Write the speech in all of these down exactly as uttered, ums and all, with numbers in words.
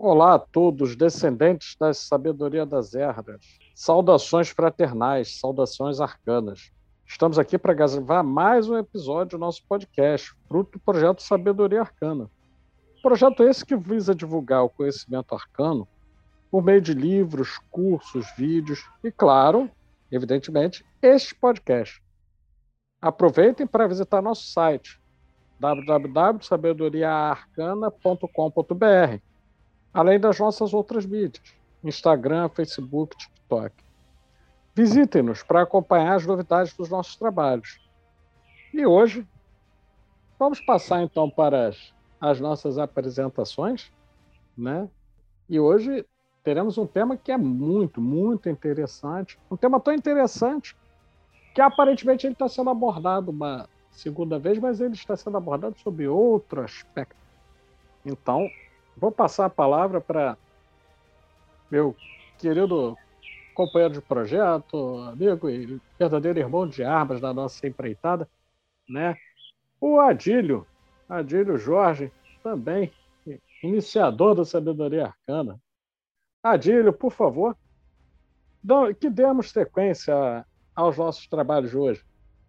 Olá a todos, descendentes da sabedoria das ervas. Saudações fraternais, saudações arcanas. Estamos aqui para gravar mais um episódio do nosso podcast, fruto do projeto Sabedoria Arcana. Projeto esse que visa divulgar o conhecimento arcano por meio de livros, cursos, vídeos e, claro, evidentemente, este podcast. Aproveitem para visitar nosso site w w w ponto sabedoria arcana ponto com ponto b r, além das nossas outras mídias, Instagram, Facebook, TikTok. Visitem-nos para acompanhar as novidades dos nossos trabalhos. E hoje, vamos passar então para as, as nossas apresentações, né? E hoje teremos um tema que é muito, muito interessante. Um tema tão interessante que aparentemente ele está sendo abordado uma segunda vez, mas ele está sendo abordado sob outro aspecto. Então, vou passar a palavra para meu querido companheiro de projeto, amigo e verdadeiro irmão de armas da nossa empreitada, né? O Adílio, Adílio Jorge, também iniciador da Sabedoria Arcana. Adílio, por favor, que demos sequência aos nossos trabalhos de hoje.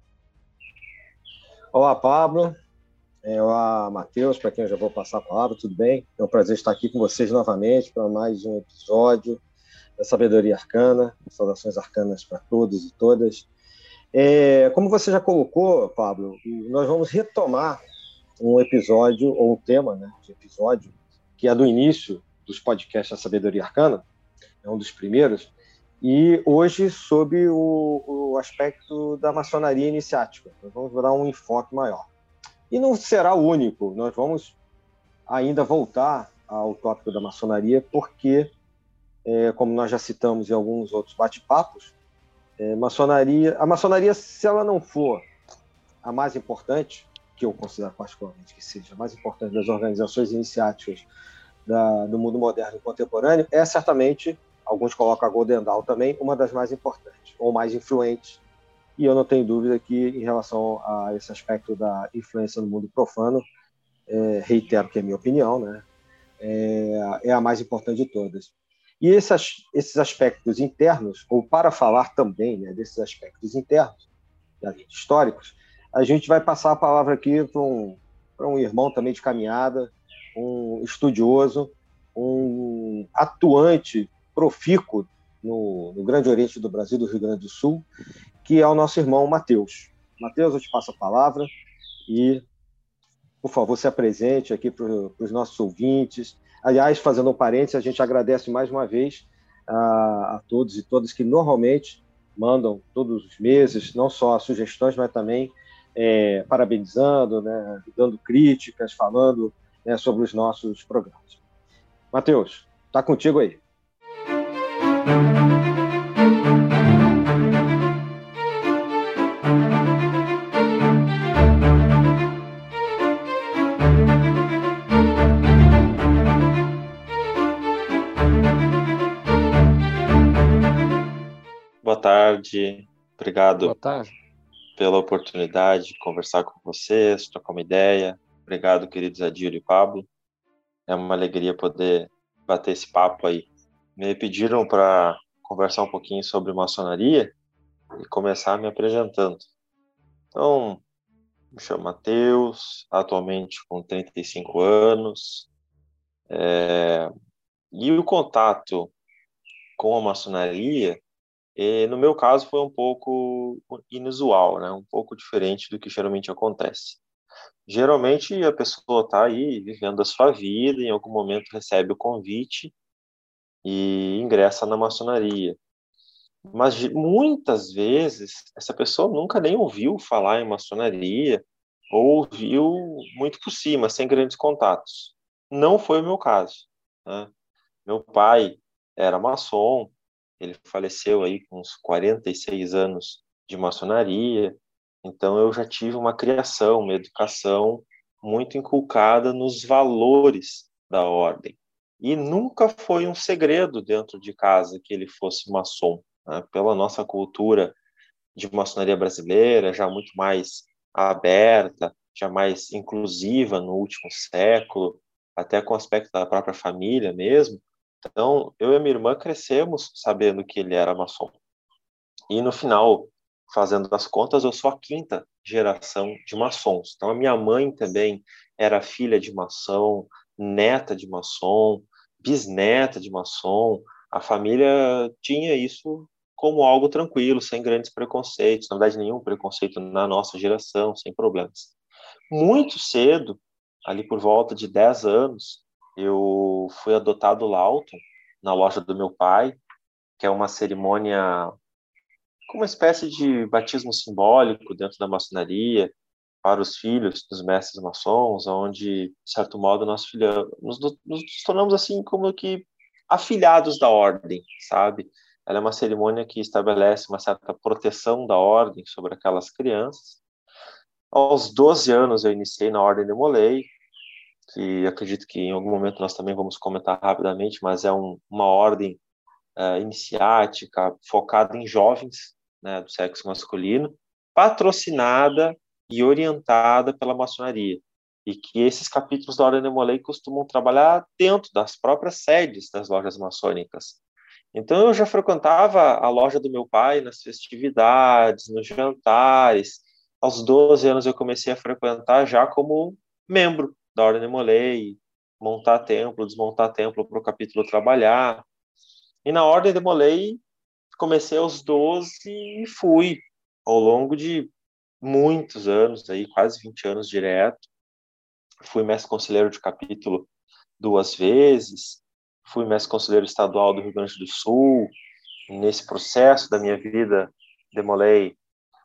Olá, Pablo. Olá, Matheus, para quem eu já vou passar a palavra, tudo bem? É um prazer estar aqui com vocês novamente para mais um episódio da Sabedoria Arcana. Saudações arcanas para todos e todas. É, como você já colocou, Pablo, nós vamos retomar um episódio, ou um tema, né, de episódio, que é do início dos podcasts da Sabedoria Arcana, é um dos primeiros, e hoje sobre o, o aspecto da maçonaria iniciática. Nós vamos dar um enfoque maior. E não será o único, nós vamos ainda voltar ao tópico da maçonaria, porque, é, como nós já citamos em alguns outros bate-papos, é, maçonaria, a maçonaria, se ela não for a mais importante, que eu considero particularmente que seja a mais importante das organizações iniciáticas da, do mundo moderno e contemporâneo, é certamente, alguns colocam a Golden Dawn também, uma das mais importantes, ou mais influentes. E eu não tenho dúvida que, em relação a esse aspecto da influência no mundo profano, é, reitero que é a minha opinião, né, é, é a mais importante de todas. E esses, esses aspectos internos, ou para falar também, né, desses aspectos internos, históricos, a gente vai passar a palavra aqui para um, para um irmão também de caminhada, um estudioso, um atuante profícuo no, no Grande Oriente do Brasil, do Rio Grande do Sul, que é o nosso irmão Matheus. Matheus, eu te passo a palavra e, por favor, se apresente aqui para os nossos ouvintes. Aliás, fazendo um parênteses, a gente agradece mais uma vez a, a todos e todas que normalmente mandam todos os meses, não só sugestões, mas também é, parabenizando, né, dando críticas, falando, né, sobre os nossos programas. Matheus, está contigo aí. Boa tarde, obrigado Boa tarde. pela oportunidade de conversar com vocês, trocar uma ideia. Obrigado, queridos Adílio e Pablo. É uma alegria poder bater esse papo aí. Me pediram para conversar um pouquinho sobre maçonaria e começar me apresentando. Então, me chamo Matheus, atualmente com trinta e cinco anos. É... E o contato com a maçonaria, e, no meu caso, foi um pouco inusual, né? Um pouco diferente do que geralmente acontece. Geralmente, a pessoa está aí vivendo a sua vida, em algum momento recebe o convite e ingressa na maçonaria. Mas, muitas vezes, essa pessoa nunca nem ouviu falar em maçonaria ou ouviu muito por cima, sem grandes contatos. Não foi o meu caso, né? Meu pai era maçom, ele faleceu aí com uns quarenta e seis anos de maçonaria, então eu já tive uma criação, uma educação muito inculcada nos valores da ordem. E nunca foi um segredo dentro de casa que ele fosse maçom, né? Pela nossa cultura de maçonaria brasileira, já muito mais aberta, já mais inclusiva no último século, até com o aspecto da própria família mesmo. Então, eu e a minha irmã crescemos sabendo que ele era maçom. E no final, fazendo as contas, eu sou a quinta geração de maçons. Então, a minha mãe também era filha de maçom, neta de maçom, bisneta de maçom. A família tinha isso como algo tranquilo, sem grandes preconceitos. Na verdade, nenhum preconceito na nossa geração, sem problemas. Muito cedo, ali por volta de dez anos, eu fui adotado Lawton, na loja do meu pai, que é uma cerimônia com uma espécie de batismo simbólico dentro da maçonaria para os filhos dos mestres maçons, onde, de certo modo, nós, filha, nos, nos tornamos assim como que afilhados da ordem, sabe? Ela é uma cerimônia que estabelece uma certa proteção da ordem sobre aquelas crianças. Aos doze anos eu iniciei na Ordem de Molay, que acredito que em algum momento nós também vamos comentar rapidamente, mas é um, uma ordem uh, iniciática focada em jovens, né, do sexo masculino, patrocinada e orientada pela maçonaria. E que esses capítulos da Ordem de Molay costumam trabalhar dentro das próprias sedes das lojas maçônicas. Então eu já frequentava a loja do meu pai nas festividades, nos jantares. Aos doze anos eu comecei a frequentar já como membro da Ordem de Molay, montar templo, desmontar templo para o capítulo trabalhar. E na Ordem de Molay comecei aos doze e fui ao longo de muitos anos, aí, quase vinte anos direto. Fui mestre conselheiro de capítulo duas vezes, fui mestre conselheiro estadual do Rio Grande do Sul. Nesse processo da minha vida de Molay,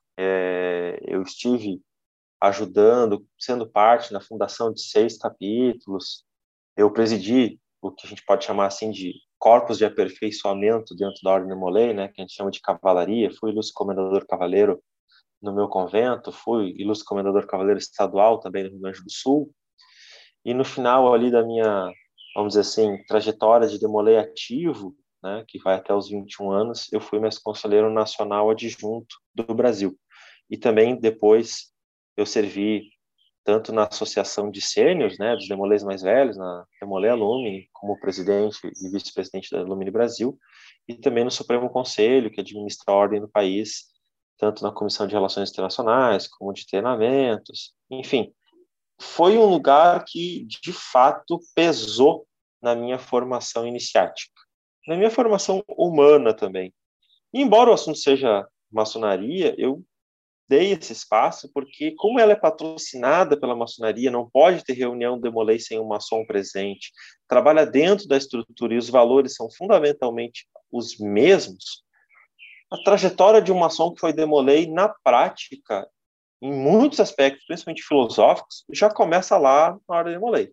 é, eu estive ajudando, sendo parte na fundação de seis capítulos. Eu presidi o que a gente pode chamar assim de corpos de aperfeiçoamento dentro da Ordem de Molay, né, que a gente chama de cavalaria. Fui ilustre comendador cavaleiro no meu convento, fui ilustre comendador cavaleiro estadual também no Rio Grande do Sul. E no final ali da minha, vamos dizer assim, trajetória de Demolay ativo, né, que vai até os vinte e um anos, eu fui mestre conselheiro nacional adjunto do Brasil. E também depois eu servi tanto na associação de sêniors, né, dos Demolays mais velhos, na Demolay Alumni, como presidente e vice-presidente da Alumni Brasil, e também no Supremo Conselho, que administra a ordem do país, tanto na Comissão de Relações Internacionais, como de treinamentos, enfim. Foi um lugar que, de fato, pesou na minha formação iniciática, na minha formação humana também. E, embora o assunto seja maçonaria, eu dei esse espaço porque, como ela é patrocinada pela maçonaria, não pode ter reunião de Molay sem um maçom presente, trabalha dentro da estrutura e os valores são fundamentalmente os mesmos, a trajetória de um maçom que foi de Molay, na prática, em muitos aspectos, principalmente filosóficos, já começa lá na Ordem de Molay.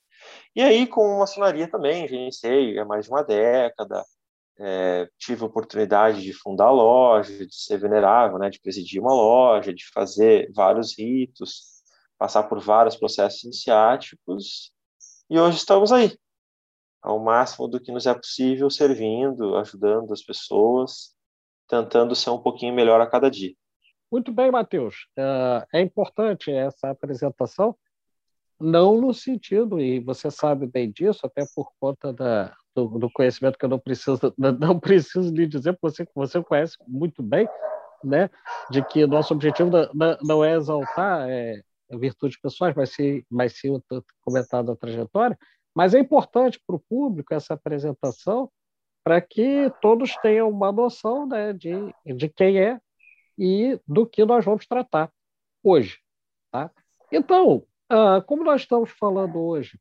E aí, com maçonaria também, já iniciei há mais de uma década, é, tive a oportunidade de fundar a loja, de ser venerável, né, de presidir uma loja, de fazer vários ritos, passar por vários processos iniciáticos, e hoje estamos aí, ao máximo do que nos é possível, servindo, ajudando as pessoas, tentando ser um pouquinho melhor a cada dia. Muito bem, Matheus. É importante essa apresentação, não no sentido, e você sabe bem disso, até por conta da, do, do conhecimento que eu não preciso, não preciso lhe dizer, porque você, você conhece muito bem, né, de que nosso objetivo não, não é exaltar é, virtudes pessoais, mas sim, mas sim comentar da trajetória, mas é importante para o público essa apresentação para que todos tenham uma noção, né, de, de quem é e do que nós vamos tratar hoje. Tá? Então, ah, como nós estamos falando hoje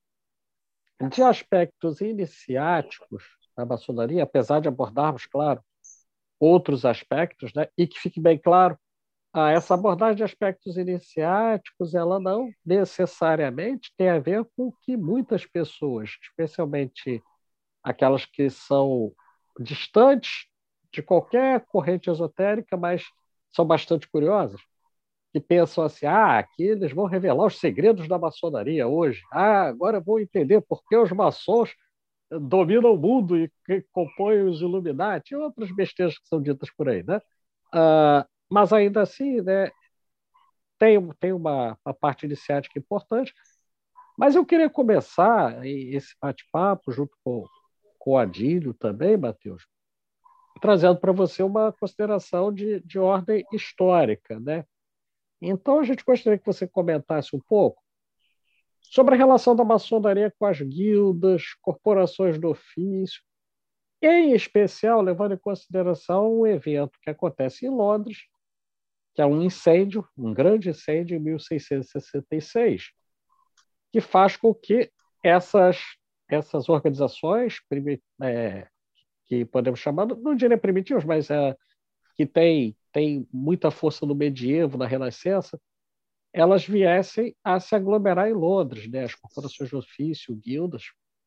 de aspectos iniciáticos da maçonaria, apesar de abordarmos, claro, outros aspectos, né, e que fique bem claro, ah, essa abordagem de aspectos iniciáticos, ela não necessariamente tem a ver com o que muitas pessoas, especialmente aquelas que são distantes de qualquer corrente esotérica, mas são bastante curiosas, que pensam assim, ah, aqui eles vão revelar os segredos da maçonaria hoje. Ah, agora eu vou entender por que os maçons dominam o mundo e que compõem os Illuminati e outras besteiras que são ditas por aí, né? Ah, mas ainda assim, né, tem, tem uma, uma parte iniciática importante, Mas eu queria começar esse bate-papo junto com, com o Adílio também, Matheus, trazendo para você uma consideração de, de ordem histórica, né? Então, a gente gostaria que você comentasse um pouco sobre a relação da maçonaria com as guildas, corporações do ofício, em especial levando em consideração um evento que acontece em Londres, que é um incêndio, um grande incêndio em mil seiscentos e sessenta e seis, que faz com que essas, essas organizações, é, que podemos chamar, não diria primitivas, mas é, que tem, tem muita força no medievo, na Renascença, elas viessem a se aglomerar em Londres, né? As corporações de ofício, guildas,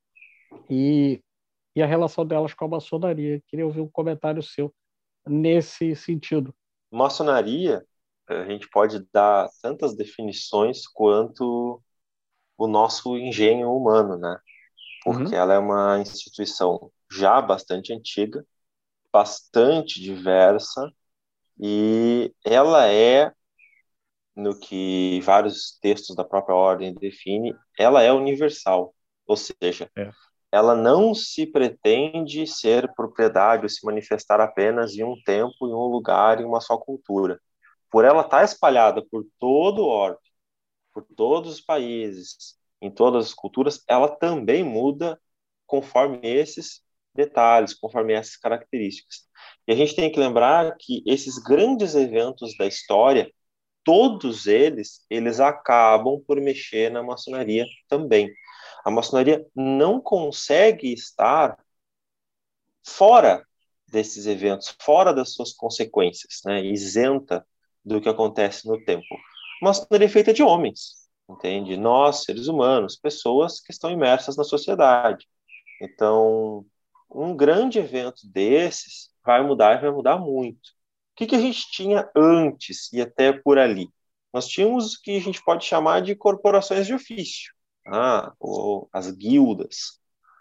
e, e a relação delas com a maçonaria. Queria ouvir um comentário seu nesse sentido. Maçonaria, a gente pode dar tantas definições quanto o nosso engenho humano, né? Porque uhum. ela é uma instituição já bastante antiga, bastante diversa, e ela é, no que vários textos da própria ordem definem, ela é universal, ou seja, é. ela não se pretende ser propriedade ou se manifestar apenas em um tempo, em um lugar, em uma só cultura. Por ela estar espalhada por todo o orbe, por todos os países, em todas as culturas, ela também muda conforme esses detalhes, conforme essas características. E a gente tem que lembrar que esses grandes eventos da história, todos eles, eles acabam por mexer na maçonaria também. A maçonaria não consegue estar fora desses eventos, fora das suas consequências, né, isenta do que acontece no tempo. A maçonaria é feita de homens, entende? Nós, seres humanos, pessoas que estão imersas na sociedade. Então, um grande evento desses vai mudar e vai mudar muito. O que, que a gente tinha antes e até por ali? Nós tínhamos o que a gente pode chamar de corporações de ofício, ah, ou as guildas.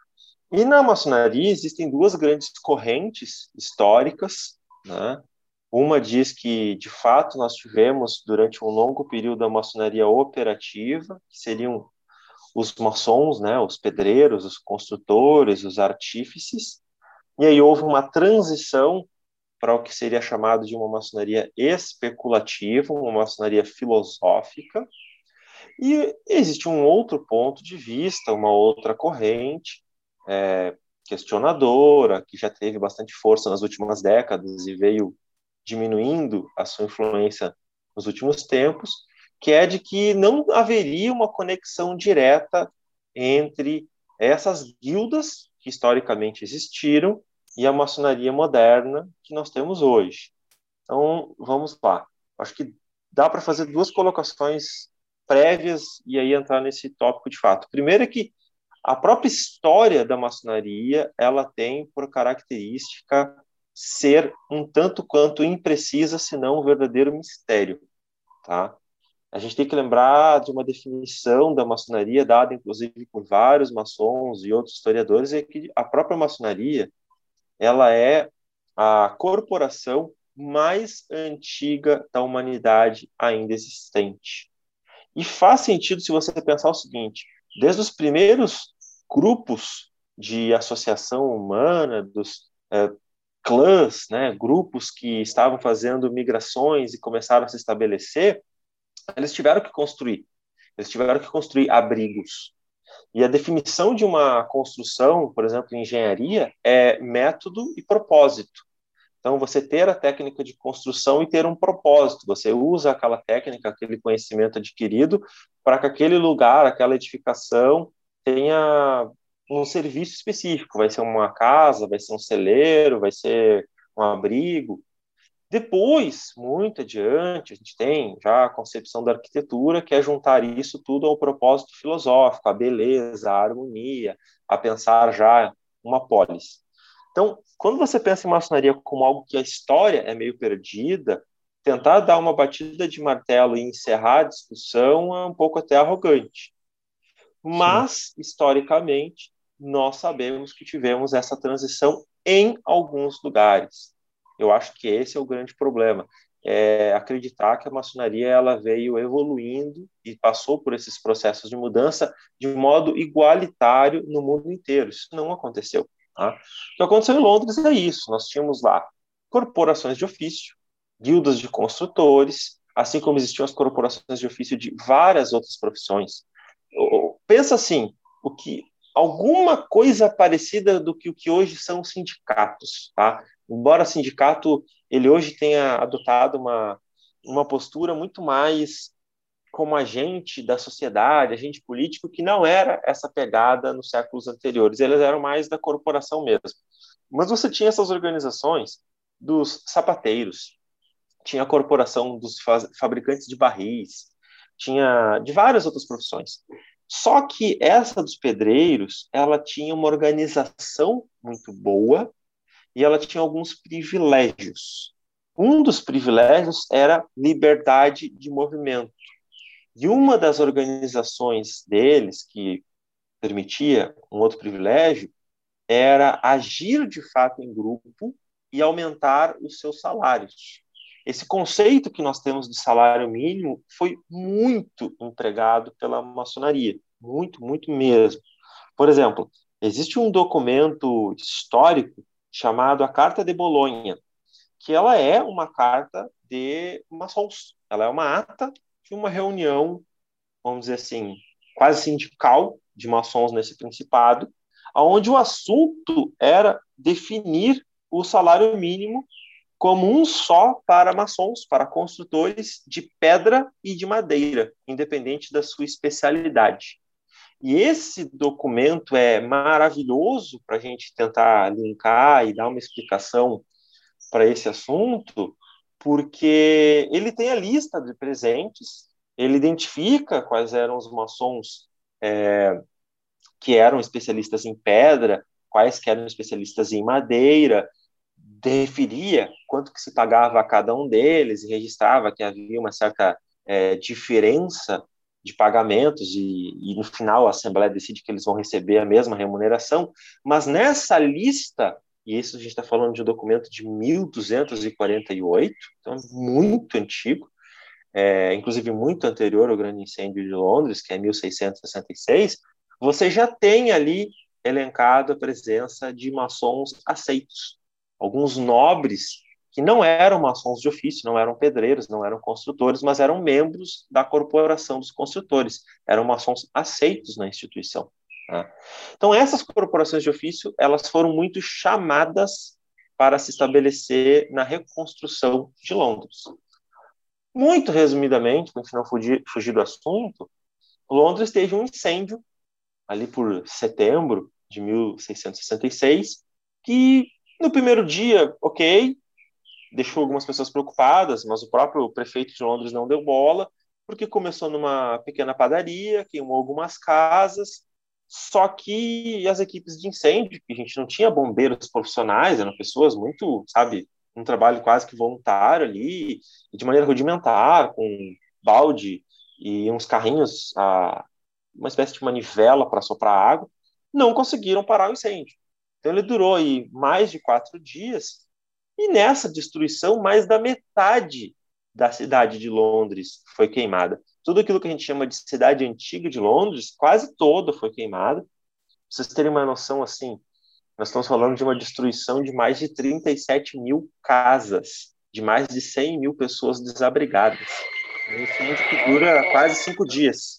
E na maçonaria existem duas grandes correntes históricas, né? Uma diz que, de fato, nós tivemos, durante um longo período, a maçonaria operativa, que seriam os maçons, né, os pedreiros, os construtores, os artífices, e aí houve uma transição para o que seria chamado de uma maçonaria especulativa, uma maçonaria filosófica, e existe um outro ponto de vista, uma outra corrente é, questionadora, que já teve bastante força nas últimas décadas e veio diminuindo a sua influência nos últimos tempos, que é de que não haveria uma conexão direta entre essas guildas que historicamente existiram e a maçonaria moderna que nós temos hoje. Então, vamos lá. Acho que dá para fazer duas colocações prévias e aí entrar nesse tópico de fato. Primeiro é que a própria história da maçonaria, ela tem por característica ser um tanto quanto imprecisa, se não um verdadeiro mistério, tá? A gente tem que lembrar de uma definição da maçonaria dada, inclusive, por vários maçons e outros historiadores, é que a própria maçonaria, ela é a corporação mais antiga da humanidade ainda existente. E faz sentido se você pensar o seguinte, desde os primeiros grupos de associação humana, dos é, clãs, né, grupos que estavam fazendo migrações e começaram a se estabelecer, eles tiveram que construir, eles tiveram que construir abrigos. E a definição de uma construção, por exemplo, em engenharia, é método e propósito. Então, você ter a técnica de construção e ter um propósito. Você usa aquela técnica, aquele conhecimento adquirido, para que aquele lugar, aquela edificação, tenha um serviço específico. Vai ser uma casa, vai ser um celeiro, vai ser um abrigo. Depois, muito adiante, a gente tem já a concepção da arquitetura, que é juntar isso tudo ao propósito filosófico, a beleza, a harmonia, a pensar já uma polis. Então, quando você pensa em maçonaria como algo que a história é meio perdida, tentar dar uma batida de martelo e encerrar a discussão é um pouco até arrogante. Mas, sim, historicamente, nós sabemos que tivemos essa transição em alguns lugares. Eu acho que esse é o grande problema. é, acreditar que a maçonaria ela veio evoluindo e passou por esses processos de mudança de modo igualitário no mundo inteiro. Isso não aconteceu. Tá? O que aconteceu em Londres é isso. Nós tínhamos lá corporações de ofício, guildas de construtores, assim como existiam as corporações de ofício de várias outras profissões. Pensa assim, o que alguma coisa parecida do que o que hoje são sindicatos, tá? Embora sindicato ele hoje tenha adotado uma uma postura muito mais como agente da sociedade, agente político, que não era essa pegada nos séculos anteriores. Eles eram mais da corporação mesmo. Mas você tinha essas organizações dos sapateiros, tinha a corporação dos fabricantes de barris, tinha de várias outras profissões. Só que essa dos pedreiros, ela tinha uma organização muito boa e ela tinha alguns privilégios. Um dos privilégios era liberdade de movimento. E uma das organizações deles que permitia um outro privilégio era agir de fato em grupo e aumentar os seus salários. Esse conceito que nós temos de salário mínimo foi muito empregado pela maçonaria, muito, muito mesmo. Por exemplo, existe um documento histórico chamado a Carta de Bolonha, que ela é uma carta de maçons. Ela é uma ata de uma reunião, vamos dizer assim, quase sindical de maçons nesse principado, onde o assunto era definir o salário mínimo como um só para maçons, para construtores de pedra e de madeira, independente da sua especialidade. E esse documento é maravilhoso para a gente tentar linkar e dar uma explicação para esse assunto, porque ele tem a lista de presentes, ele identifica quais eram os maçons é, que eram especialistas em pedra, quais que eram especialistas em madeira, definia quanto que se pagava a cada um deles e registrava que havia uma certa é, diferença de pagamentos e, e no final a Assembleia decide que eles vão receber a mesma remuneração, mas nessa lista, e isso a gente está falando de um documento de mil duzentos e quarenta e oito, então muito antigo, é, inclusive muito anterior ao grande incêndio de Londres, que é mil seiscentos e sessenta e seis, você já tem ali elencado a presença de maçons aceitos. Alguns nobres que não eram maçons de ofício, não eram pedreiros, não eram construtores, mas eram membros da corporação dos construtores, eram maçons aceitos na instituição. Tá? Então, essas corporações de ofício, elas foram muito chamadas para se estabelecer na reconstrução de Londres. Muito resumidamente, para a gente não fugir, fugir do assunto, Londres teve um incêndio, ali por setembro de mil seiscentos e sessenta e seis, que no primeiro dia, ok, deixou algumas pessoas preocupadas, mas o próprio prefeito de Londres não deu bola, porque começou numa pequena padaria, queimou algumas casas, só que as equipes de incêndio, que a gente não tinha bombeiros profissionais, eram pessoas muito, sabe, um trabalho quase que voluntário ali, de maneira rudimentar, com balde e uns carrinhos, a, uma espécie de manivela para soprar água, não conseguiram parar o incêndio. Então ele durou aí mais de quatro dias, e nessa destruição, mais da metade da cidade de Londres foi queimada. Tudo aquilo que a gente chama de cidade antiga de Londres, quase toda foi queimada. Pra vocês terem uma noção, assim, nós estamos falando de uma destruição de mais de trinta e sete mil casas, de mais de cem mil pessoas desabrigadas. Um incêndio que dura quase cinco dias.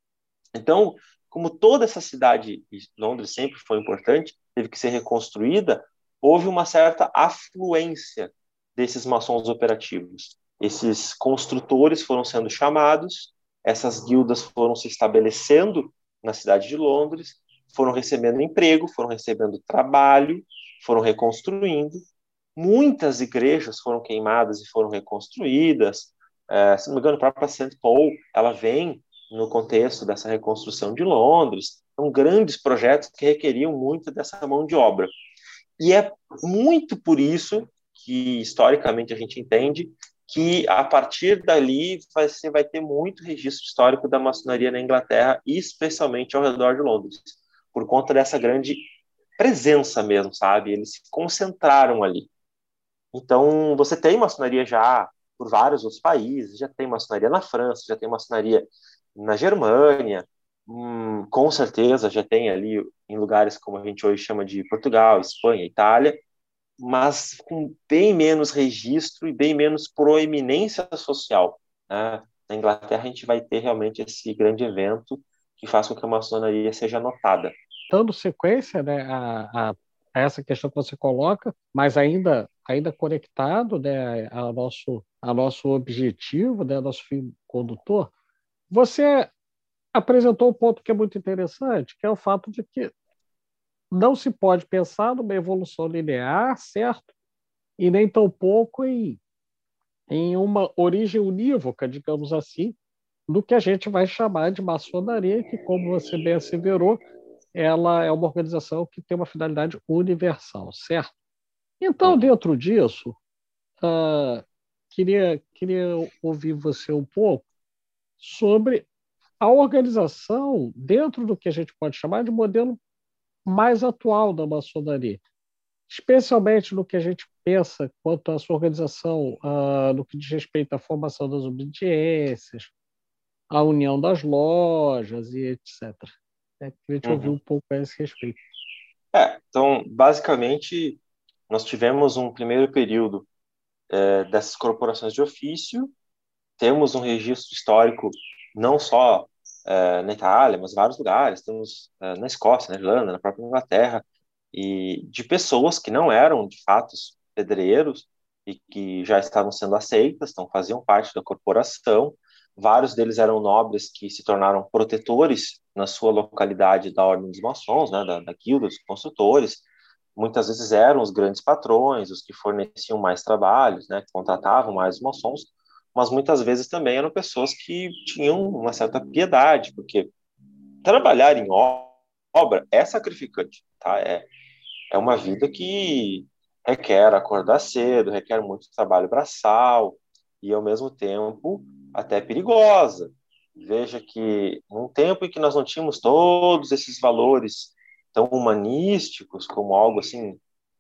Então, como toda essa cidade, e Londres sempre foi importante, teve que ser reconstruída, houve uma certa afluência desses maçons operativos. Esses construtores foram sendo chamados, essas guildas foram se estabelecendo na cidade de Londres, foram recebendo emprego, foram recebendo trabalho, foram reconstruindo. Muitas igrejas foram queimadas e foram reconstruídas. É, se não me engano, a própria Saint Paul, ela vem no contexto dessa reconstrução de Londres. São grandes projetos que requeriam muito dessa mão de obra. E é muito por isso que, historicamente, a gente entende que, a partir dali, você vai ter muito registro histórico da maçonaria na Inglaterra, especialmente ao redor de Londres, por conta dessa grande presença mesmo, sabe? Eles se concentraram ali. Então, você tem maçonaria já por vários outros países, já tem maçonaria na França, já tem maçonaria na Germânia, hum, com certeza já tem ali em lugares como a gente hoje chama de Portugal, Espanha, Itália, mas com bem menos registro e bem menos proeminência social, né? Na Inglaterra a gente vai ter realmente esse grande evento que faz com que a maçonaria seja notada. Dando sequência, né, a, a, a essa questão que você coloca, mas ainda, ainda conectado, né, ao nosso, ao nosso objetivo, né, nosso fio condutor, você apresentou um ponto que é muito interessante, que é o fato de que não se pode pensar numa evolução linear, certo? E nem tampouco em, em uma origem unívoca, digamos assim, do que a gente vai chamar de maçonaria, que, como você bem asseverou, ela é uma organização que tem uma finalidade universal, certo? Então, Uhum. dentro disso, uh, queria, queria ouvir você um pouco sobre a organização dentro do que a gente pode chamar de modelo mais atual da maçonaria, especialmente no que a gente pensa quanto à sua organização, uh, no que diz respeito à formação das obediências, à união das lojas e etcétera. É, queria te ouvir Uhum. um pouco a esse respeito. É, então, basicamente, nós tivemos um primeiro período é, dessas corporações de ofício, temos um registro histórico não só é, na Itália, mas em vários lugares, temos é, na Escócia, na Irlanda, na própria Inglaterra, e de pessoas que não eram, de fato, pedreiros e que já estavam sendo aceitas, então faziam parte da corporação. Vários deles eram nobres que se tornaram protetores na sua localidade da Ordem dos Maçons, né, da, da guilda dos construtores. Muitas vezes eram os grandes patrões, os que forneciam mais trabalhos, né, que contratavam mais os maçons, mas muitas vezes também eram pessoas que tinham uma certa piedade, porque trabalhar em obra é sacrificante, tá? É, é uma vida que requer acordar cedo, requer muito trabalho braçal e, ao mesmo tempo, até perigosa. Veja que, num tempo em que nós não tínhamos todos esses valores tão humanísticos, como algo assim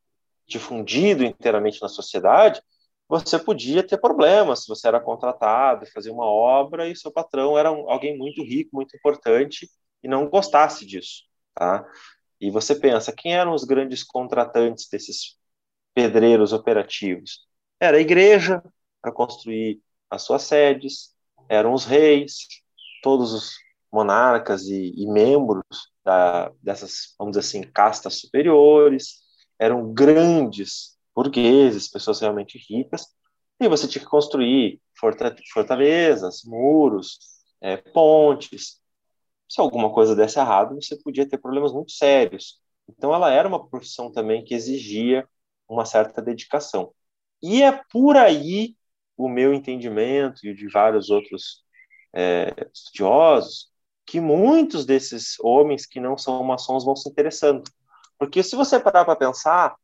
difundido inteiramente na sociedade, você podia ter problemas se você era contratado, fazia uma obra e seu patrão era um, alguém muito rico, muito importante e não gostasse disso, tá? E você pensa, quem eram os grandes contratantes desses pedreiros operativos? Era a igreja para construir as suas sedes, eram os reis, todos os monarcas e, e membros da, dessas, vamos dizer assim, castas superiores, eram grandes burgueses, pessoas realmente ricas, e você tinha que construir fortalezas, muros, é, pontes. Se alguma coisa desse errado, você podia ter problemas muito sérios. Então, ela era uma profissão também que exigia uma certa dedicação. E é por aí o meu entendimento e o de vários outros é, estudiosos que muitos desses homens que não são maçons vão se interessando. Porque se você parar para pensar,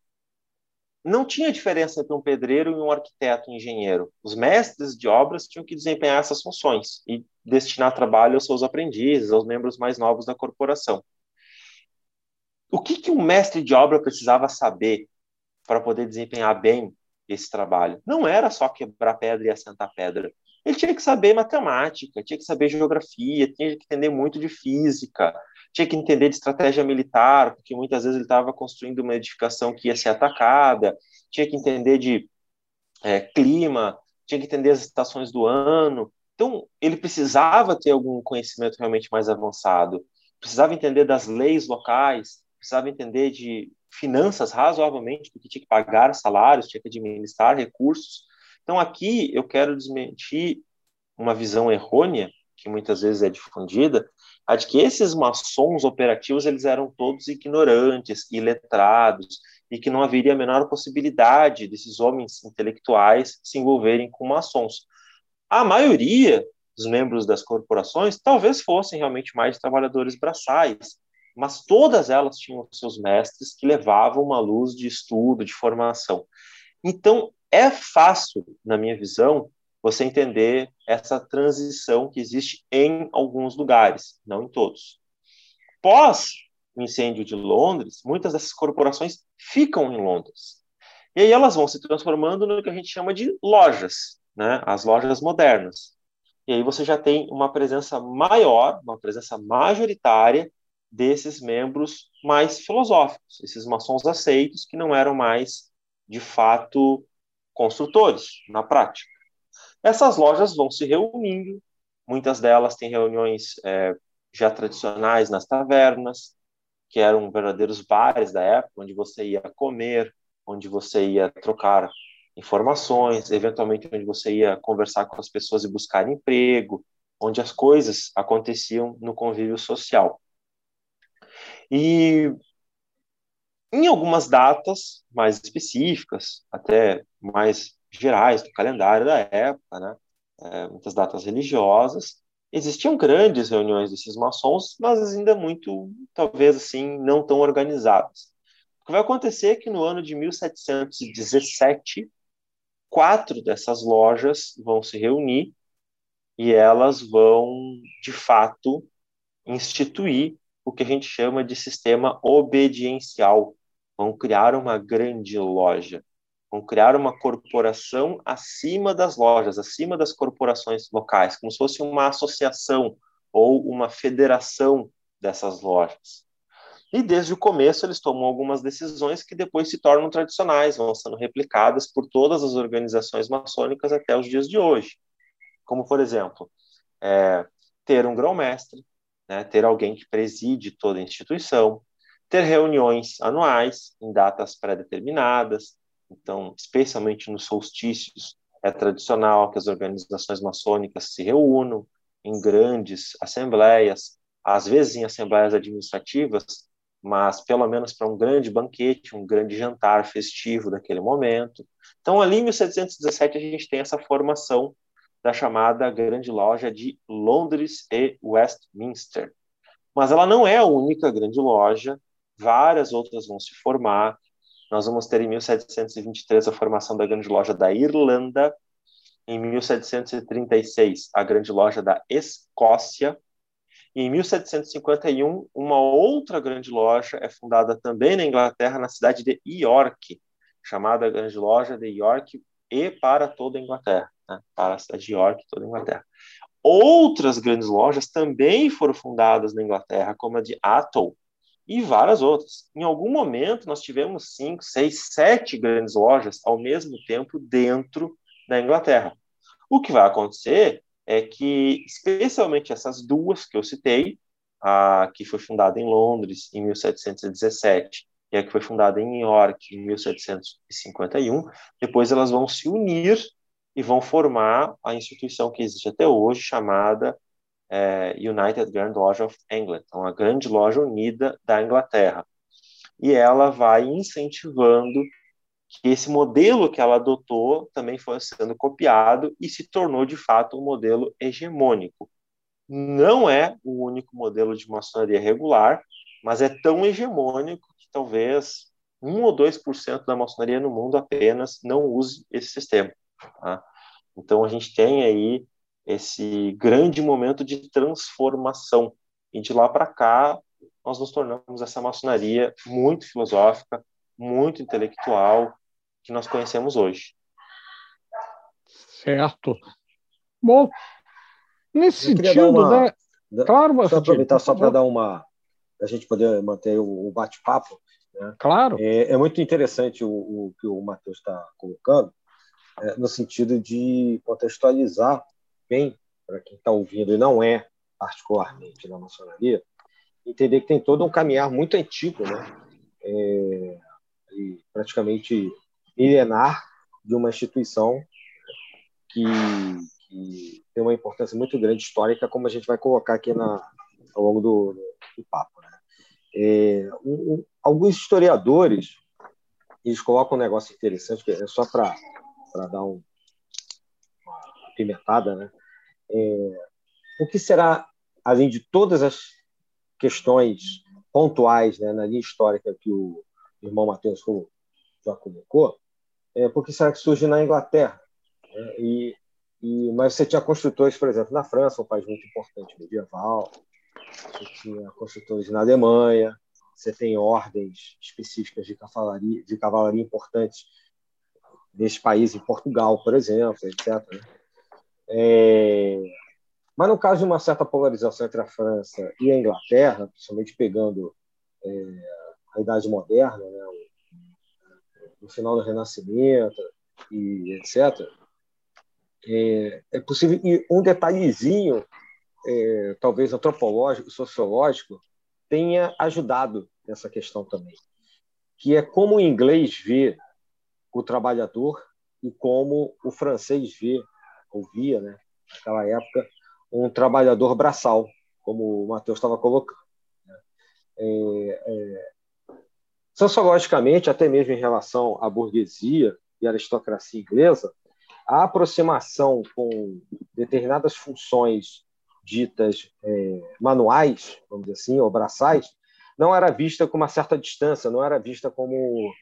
não tinha diferença entre um pedreiro e um arquiteto, um engenheiro. Os mestres de obras tinham que desempenhar essas funções e destinar trabalho aos seus aprendizes, aos membros mais novos da corporação. O que, que um mestre de obra precisava saber para poder desempenhar bem esse trabalho? Não era só quebrar pedra e assentar pedra. Ele tinha que saber matemática, tinha que saber geografia, tinha que entender muito de física, tinha que entender de estratégia militar, porque muitas vezes ele estava construindo uma edificação que ia ser atacada, tinha que entender de é, clima, tinha que entender as estações do ano. Então, ele precisava ter algum conhecimento realmente mais avançado, precisava entender das leis locais, precisava entender de finanças razoavelmente, porque tinha que pagar salários, tinha que administrar recursos. Então, aqui eu quero desmentir uma visão errônea, que muitas vezes é difundida, a de que esses maçons operativos eles eram todos ignorantes, iletrados, e que não haveria a menor possibilidade desses homens intelectuais se envolverem com maçons. A maioria dos membros das corporações talvez fossem realmente mais trabalhadores braçais, mas todas elas tinham seus mestres que levavam uma luz de estudo, de formação. Então, é fácil, na minha visão, você entender essa transição que existe em alguns lugares, não em todos. Pós o incêndio de Londres, muitas dessas corporações ficam em Londres. E aí elas vão se transformando no que a gente chama de lojas. né, as lojas modernas. E aí você já tem uma presença maior, uma presença majoritária desses membros mais filosóficos, esses maçons aceitos que não eram mais, de fato, construtores na prática. Essas lojas vão se reunindo, muitas delas têm reuniões é, já tradicionais nas tavernas, que eram verdadeiros bares da época, onde você ia comer, onde você ia trocar informações, eventualmente onde você ia conversar com as pessoas e buscar emprego, onde as coisas aconteciam no convívio social. E em algumas datas mais específicas, até mais gerais do calendário da época, né, é, muitas datas religiosas, existiam grandes reuniões desses maçons, mas ainda muito, talvez assim, não tão organizadas. O que vai acontecer é que no ano de mil setecentos e dezessete, quatro dessas lojas vão se reunir e elas vão, de fato, instituir o que a gente chama de sistema obediencial. Vão criar uma grande loja, vão criar uma corporação acima das lojas, acima das corporações locais, como se fosse uma associação ou uma federação dessas lojas. E desde o começo eles tomam algumas decisões que depois se tornam tradicionais, vão sendo replicadas por todas as organizações maçônicas até os dias de hoje. Como, por exemplo, é, ter um grão-mestre, né, ter alguém que preside toda a instituição, ter reuniões anuais em datas pré-determinadas. Então, especialmente nos solstícios, é tradicional que as organizações maçônicas se reúnam em grandes assembleias, às vezes em assembleias administrativas, mas pelo menos para um grande banquete, um grande jantar festivo daquele momento. Então, ali em mil setecentos e dezessete, a gente tem essa formação da chamada Grande Loja de Londres e Westminster. Mas ela não é a única grande loja, várias outras vão se formar. Nós vamos ter em mil setecentos e vinte e três a formação da Grande Loja da Irlanda, em mil setecentos e trinta e seis a Grande Loja da Escócia, e em mil setecentos e cinquenta e um uma outra grande loja é fundada também na Inglaterra, na cidade de York, chamada Grande Loja de York e para toda a Inglaterra, né? Para a cidade de York e toda a Inglaterra. Outras grandes lojas também foram fundadas na Inglaterra, como a de Atholl e várias outras. Em algum momento, nós tivemos cinco, seis, sete grandes lojas ao mesmo tempo dentro da Inglaterra. O que vai acontecer é que, especialmente essas duas que eu citei, a que foi fundada em Londres em mil setecentos e dezessete e a que foi fundada em York em mil setecentos e cinquenta e um, depois elas vão se unir e vão formar a instituição que existe até hoje, chamada é, United Grand Lodge of England, então a Grande Loja Unida da Inglaterra. E ela vai incentivando que esse modelo que ela adotou também foi sendo copiado e se tornou, de fato, um modelo hegemônico. Não é o único modelo de maçonaria regular, mas é tão hegemônico que talvez um ou dois por cento da maçonaria no mundo apenas não use esse sistema. Tá? Então, a gente tem aí esse grande momento de transformação. E de lá para cá, nós nos tornamos essa maçonaria muito filosófica, muito intelectual, que nós conhecemos hoje. Certo. Bom, nesse Eu queria dar sentido, uma... né? Claro, Deixa eu aproveitar só para favor. dar uma... a gente poder manter o, o bate-papo. Né? Claro. É, é muito interessante o, o que o Matheus está colocando, é, no sentido de contextualizar bem, para quem está ouvindo e não é particularmente da maçonaria, entender que tem todo um caminhar muito antigo, né? É, e praticamente milenar de uma instituição que, que tem uma importância muito grande histórica, como a gente vai colocar aqui na, ao longo do, do papo. Né? É, um, um, alguns historiadores eles colocam um negócio interessante, que é só para dar um, uma pimentada, né? É, o que será, além de todas as questões pontuais, né, na linha histórica que o irmão Matheus já colocou, é, por que será que surge na Inglaterra? Né? E, e, mas você tinha construtores, por exemplo, na França, um país muito importante medieval, você tinha construtores na Alemanha, você tem ordens específicas de cavalaria, de cavalaria importantes nesse país, em Portugal, por exemplo, etcétera. É, mas no caso de uma certa polarização entre a França e a Inglaterra, principalmente pegando é, a Idade Moderna, né, no final do Renascimento e etcétera, é, é possível, e um detalhezinho, é, talvez antropológico, sociológico, tenha ajudado nessa questão também, que é como o inglês vê o trabalhador e como o francês vê, ou via, né, naquela época, um trabalhador braçal, como o Matheus estava colocando. É, é, sociologicamente, até mesmo em relação à burguesia e à aristocracia inglesa, a aproximação com determinadas funções ditas é, manuais, vamos dizer assim, ou braçais, não era vista com uma certa distância, não era vista como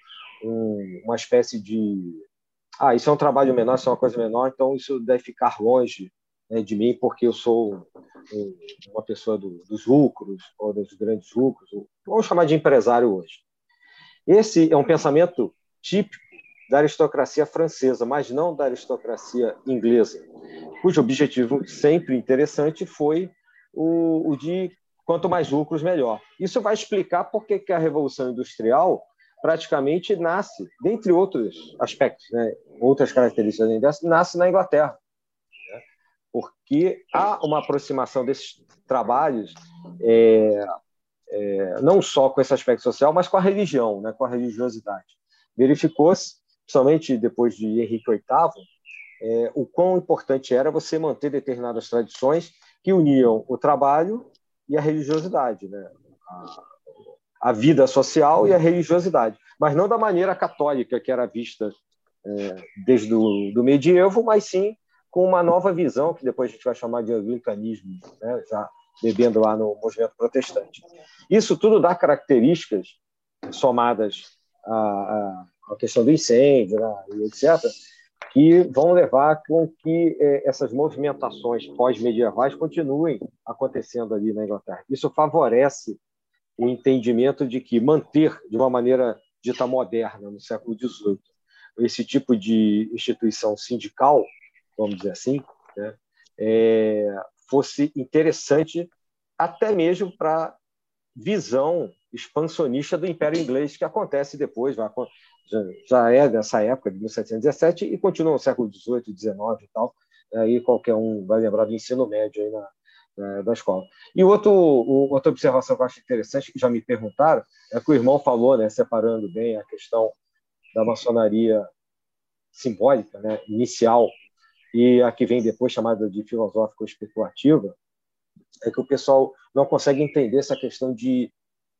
um, uma espécie de ah, isso é um trabalho menor, isso é uma coisa menor, então isso deve ficar longe, né, de mim, porque eu sou um, uma pessoa do, dos lucros, ou dos grandes lucros, ou, vamos chamar de empresário hoje. Esse é um pensamento típico da aristocracia francesa, mas não da aristocracia inglesa, cujo objetivo sempre interessante foi o, o de quanto mais lucros, melhor. Isso vai explicar por que a Revolução Industrial praticamente nasce, dentre outros aspectos, né, outras características dessa, nasce na Inglaterra, né, porque há uma aproximação desses trabalhos é, é, não só com esse aspecto social, mas com a religião, né, com a religiosidade. Verificou-se, principalmente depois de Henrique oitavo, é, o quão importante era você manter determinadas tradições que uniam o trabalho e a religiosidade, né, a, a vida social e a religiosidade, mas não da maneira católica que era vista é, desde o do medievo, mas sim com uma nova visão, que depois a gente vai chamar de anglicanismo, né, já bebendo lá no movimento protestante. Isso tudo dá características somadas à, à questão do incêndio, né, e etcétera, que vão levar com que eh, essas movimentações pós-medievais continuem acontecendo ali na Inglaterra. Isso favorece o entendimento de que manter, de uma maneira dita moderna, no século dezoito, esse tipo de instituição sindical, vamos dizer assim, né, é, fosse interessante até mesmo para a visão expansionista do Império Inglês, que acontece depois, vai, já, já é dessa época, de mil setecentos e dezessete, e continua no século dezoito, dezenove e tal. Aí qualquer um vai lembrar do ensino médio aí na, na, da escola. E outro, outra observação que eu acho interessante, que já me perguntaram, é que o irmão falou, né, separando bem a questão da maçonaria simbólica, né, inicial, e a que vem depois, chamada de filosófica ou especulativa, é que o pessoal não consegue entender essa questão de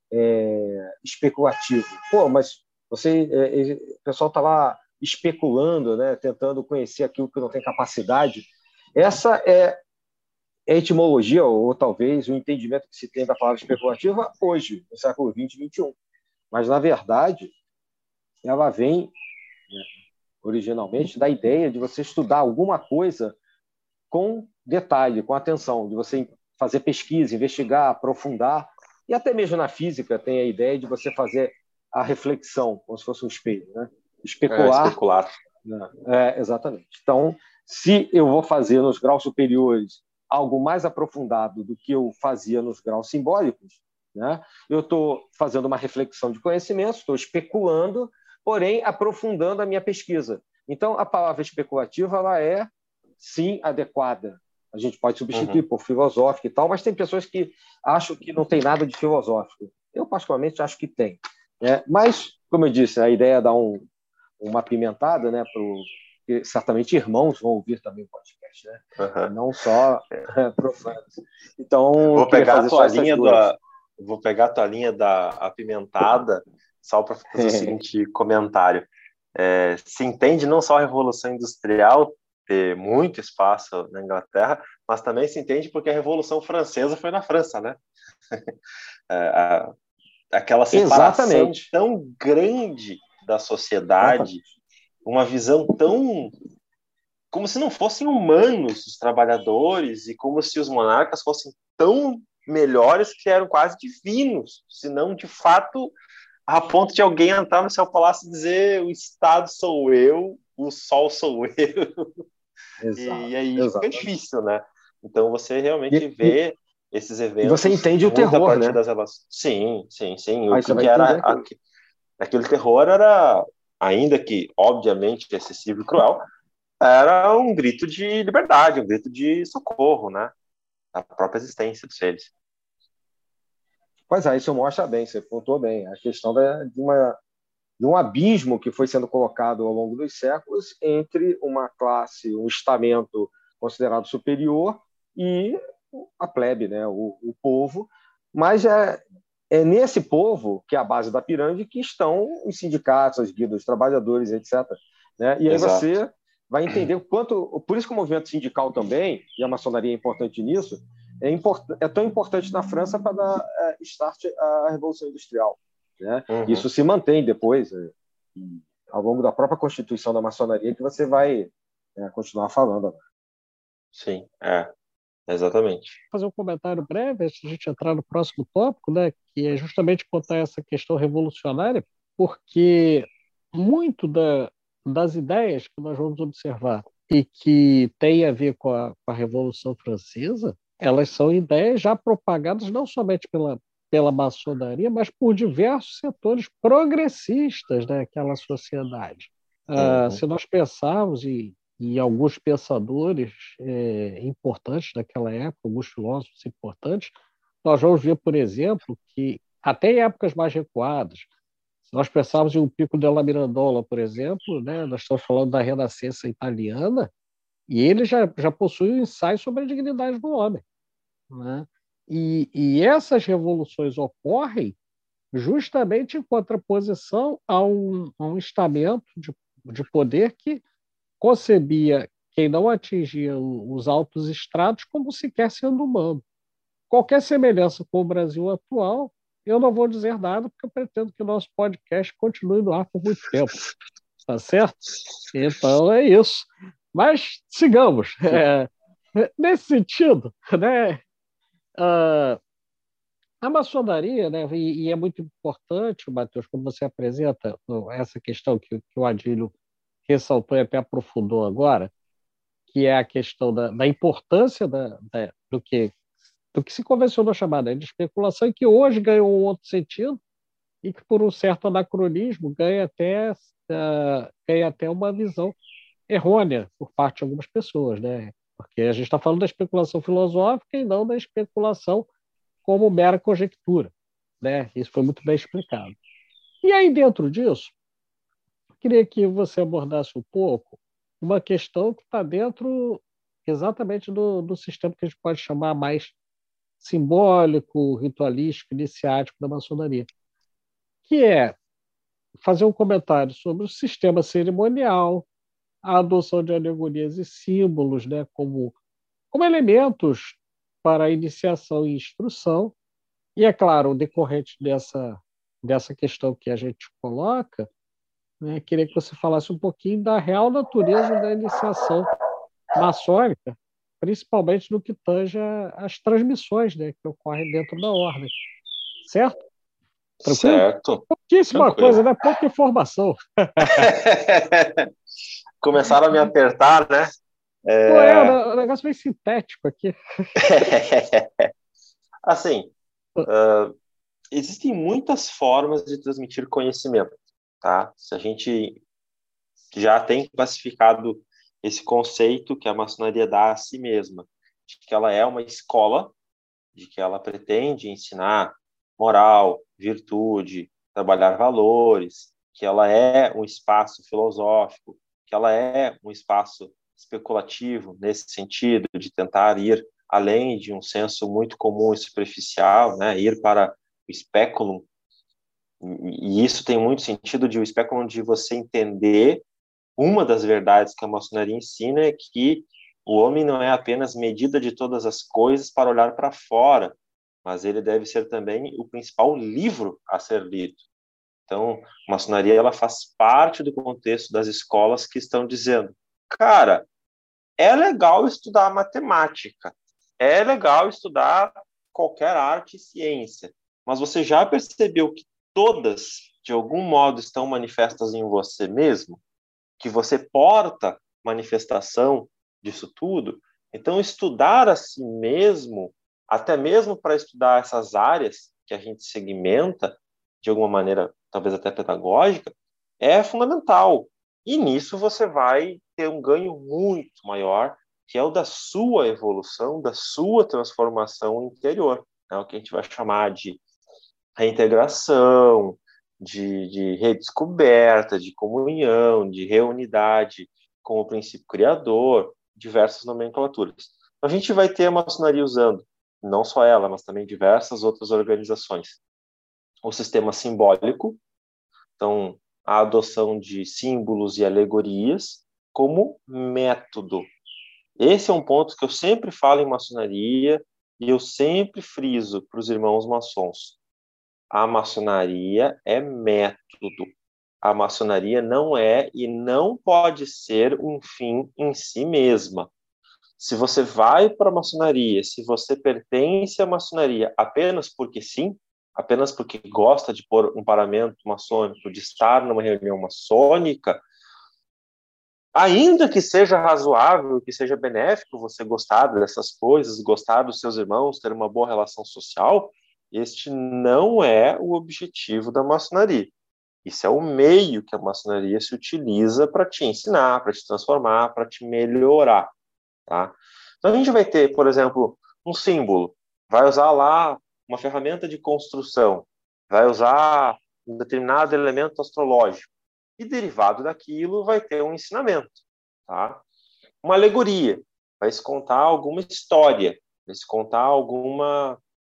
é, especulativo. Pô, mas você, é, o pessoal está lá especulando, né, tentando conhecer aquilo que não tem capacidade. Essa é a etimologia, ou, ou talvez o entendimento que se tem da palavra especulativa hoje, no século vinte e vinte e um. Mas, na verdade, ela vem, né, originalmente, da ideia de você estudar alguma coisa com detalhe, com atenção, de você fazer pesquisa, investigar, aprofundar, e até mesmo na física tem a ideia de você fazer a reflexão, como se fosse um espelho, né? Especular. É, especular. Né? É, exatamente. Então, se eu vou fazer nos graus superiores algo mais aprofundado do que eu fazia nos graus simbólicos, né, eu estou fazendo uma reflexão de conhecimento, estou especulando, porém aprofundando a minha pesquisa. Então, a palavra especulativa ela é, sim, adequada. A gente pode substituir uhum. por filosófico e tal, mas tem pessoas que acham que não tem nada de filosófico. Eu, particularmente, acho que tem. Né? Mas, como eu disse, a ideia é dar um, uma apimentada, né, pro, porque certamente irmãos vão ouvir também o podcast, né? Uhum. Não só é. profanos. Então, vou pegar, a tua linha da, vou pegar a tua linha da apimentada só para fazer o seguinte comentário. É, se entende não só a Revolução Industrial ter muito espaço na Inglaterra, mas também se entende porque a Revolução Francesa foi na França, né? é, a, aquela separação Exatamente. tão grande da sociedade, Exatamente. uma visão tão... como se não fossem humanos os trabalhadores e como se os monarcas fossem tão melhores que eram quase divinos, se não, de fato, a ponto de alguém entrar no seu palácio e dizer o Estado sou eu, o sol sou eu. Exato, E aí exato. fica difícil, né? Então você realmente E, vê esses e eventos você entende o muito a terror, partir né? das relações. Sim, sim, sim. O Aí você que, vai que era entender aquilo. aque- aquele terror era, ainda que obviamente excessivo e cruel, era um grito de liberdade, um grito de socorro, né? A própria existência dos seres. Pois é, isso mostra bem, você pontuou bem, a questão da, de, uma, de um abismo que foi sendo colocado ao longo dos séculos entre uma classe, um estamento considerado superior e a plebe, né, o, o povo. Mas é, é nesse povo, que é a base da pirâmide, que estão os sindicatos, as guildas dos trabalhadores, etcétera. Né? E aí Exato. você vai entender o quanto, por isso que o movimento sindical também, e a maçonaria é importante nisso, é, import, é tão importante na França para dar é, start à Revolução Industrial. Né? Uhum. Isso se mantém depois, é, ao longo da própria constituição da maçonaria, que você vai é, continuar falando. Sim, é, exatamente. Vou fazer um comentário breve antes de a gente entrar no próximo tópico, né, que é justamente contar essa questão revolucionária, porque muito da, das ideias que nós vamos observar e que tem a ver com a, com a Revolução Francesa, elas são ideias já propagadas não somente pela, pela maçonaria, mas por diversos setores progressistas daquela sociedade. Ah, Uhum. se nós pensarmos em, em alguns pensadores é, importantes daquela época, alguns filósofos importantes, nós vamos ver, por exemplo, que até em épocas mais recuadas, se nós pensarmos em um Pico della Mirandola, por exemplo, né, nós estamos falando da Renascença italiana, e ele já, já possui um ensaio sobre a dignidade do homem. Né? E, e essas revoluções ocorrem justamente em contraposição a um, a um estamento de, de poder que concebia quem não atingia os altos estratos como sequer sendo humano. Qualquer semelhança com o Brasil atual, eu não vou dizer nada, porque eu pretendo que o nosso podcast continue no ar por muito tempo. Tá certo? Então é isso. Mas sigamos. É, nesse sentido, né, a, a maçonaria, né, e, e é muito importante, Matheus, quando você apresenta essa questão que, que o Adílio ressaltou e até aprofundou agora, que é a questão da, da importância da, da, do, que, do que se convencionou chamar, né, de especulação, e que hoje ganhou um outro sentido, e que, por um certo anacronismo, ganha até, uh, ganha até uma visão errônea por parte de algumas pessoas, né? Porque a gente está falando da especulação filosófica e não da especulação como mera conjectura, né? Isso foi muito bem explicado. E aí, dentro disso, queria que você abordasse um pouco uma questão que está dentro exatamente do, do sistema que a gente pode chamar mais simbólico, ritualístico, iniciático da maçonaria, que é fazer um comentário sobre o sistema cerimonial, a adoção de alegorias e símbolos, né, como, como elementos para a iniciação e instrução, e, é claro, decorrente dessa, dessa questão que a gente coloca, né, queria que você falasse um pouquinho da real natureza da iniciação maçônica, principalmente no que tange às transmissões, né, que ocorrem dentro da ordem. Certo? Tranquilo? Certo. Pouquíssima Tranquilo. coisa, né? Pouca informação. Começaram a me apertar, né? Pô, é, É... o negócio meio sintético aqui. Assim, uh, existem muitas formas de transmitir conhecimento, tá? Se a gente já tem classificado esse conceito que a maçonaria dá a si mesma, de que ela é uma escola, de que ela pretende ensinar moral, virtude, trabalhar valores, que ela é um espaço filosófico, que ela é um espaço especulativo nesse sentido de tentar ir além de um senso muito comum e superficial, né, ir para o speculum. E isso tem muito sentido de o speculum de você entender uma das verdades que a maçonaria ensina é que o homem não é apenas medida de todas as coisas para olhar para fora, mas ele deve ser também o principal livro a ser lido. Então, a maçonaria ela faz parte do contexto das escolas que estão dizendo, cara, é legal estudar matemática, é legal estudar qualquer arte e ciência, mas você já percebeu que todas, de algum modo, estão manifestas em você mesmo? que você porta manifestação disso tudo. Então, estudar a si mesmo, até mesmo para estudar essas áreas que a gente segmenta, de alguma maneira, talvez até pedagógica, é fundamental. E nisso você vai ter um ganho muito maior, que é o da sua evolução, da sua transformação interior. É o que a gente vai chamar de reintegração, de, de redescoberta, de comunhão, de reunidade com o princípio criador, diversas nomenclaturas. A gente vai ter a maçonaria usando, não só ela, mas também diversas outras organizações. O sistema simbólico, então, a adoção de símbolos e alegorias como método. Esse é um ponto que eu sempre falo em maçonaria e eu sempre friso para os irmãos maçons. A maçonaria é método. A maçonaria não é e não pode ser um fim em si mesma. Se você vai para a maçonaria, se você pertence à maçonaria apenas porque sim, apenas porque gosta de pôr um paramento maçônico, de estar numa reunião maçônica, ainda que seja razoável, que seja benéfico você gostar dessas coisas, gostar dos seus irmãos, ter uma boa relação social, este não é o objetivo da maçonaria. Isso é o meio que a maçonaria se utiliza para te ensinar, para te transformar, para te melhorar. Tá? Então a gente vai ter, por exemplo, um símbolo, vai usar lá uma ferramenta de construção, vai usar um determinado elemento astrológico, e derivado daquilo vai ter um ensinamento. Tá? Uma alegoria, vai se contar alguma história, vai se contar alguma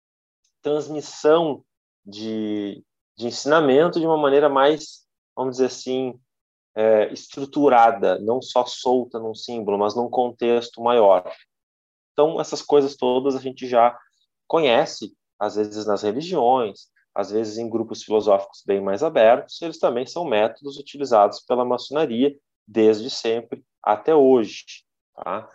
transmissão de, de ensinamento de uma maneira mais, vamos dizer assim, é, estruturada, não só solta num símbolo, mas num contexto maior. Então, essas coisas todas a gente já conhece, às vezes nas religiões, às vezes em grupos filosóficos bem mais abertos, eles também são métodos utilizados pela maçonaria desde sempre até hoje. Tá?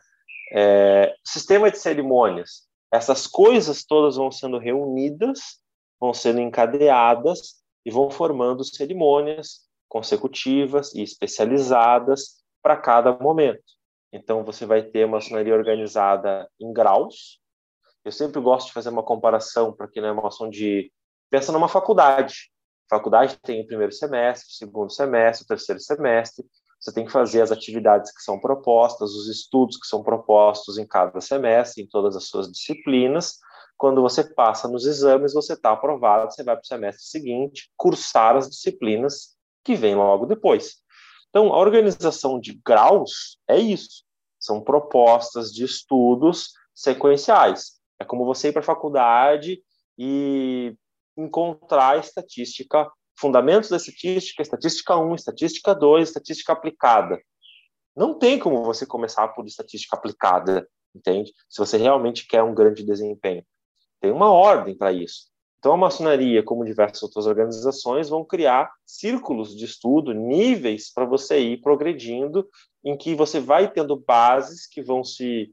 É, sistema de cerimônias. Essas coisas todas vão sendo reunidas, vão sendo encadeadas e vão formando cerimônias consecutivas e especializadas para cada momento. Então, você vai ter a maçonaria organizada em graus. Eu sempre gosto de fazer uma comparação para quem não é maçom de... Pensa numa faculdade. A faculdade tem o primeiro semestre, o segundo semestre, o terceiro semestre. Você tem que fazer as atividades que são propostas, os estudos que são propostos em cada semestre, em todas as suas disciplinas. Quando você passa nos exames, você está aprovado, você vai para o semestre seguinte cursar as disciplinas que vêm logo depois. Então, a organização de graus é isso. São propostas de estudos sequenciais. É como você ir para a faculdade e encontrar estatística, fundamentos da estatística, estatística um, estatística dois, estatística aplicada. Não tem como você começar por estatística aplicada, entende? Se você realmente quer um grande desempenho. Tem uma ordem para isso. Então, a maçonaria, como diversas outras organizações, vão criar círculos de estudo, níveis para você ir progredindo, em que você vai tendo bases que vão se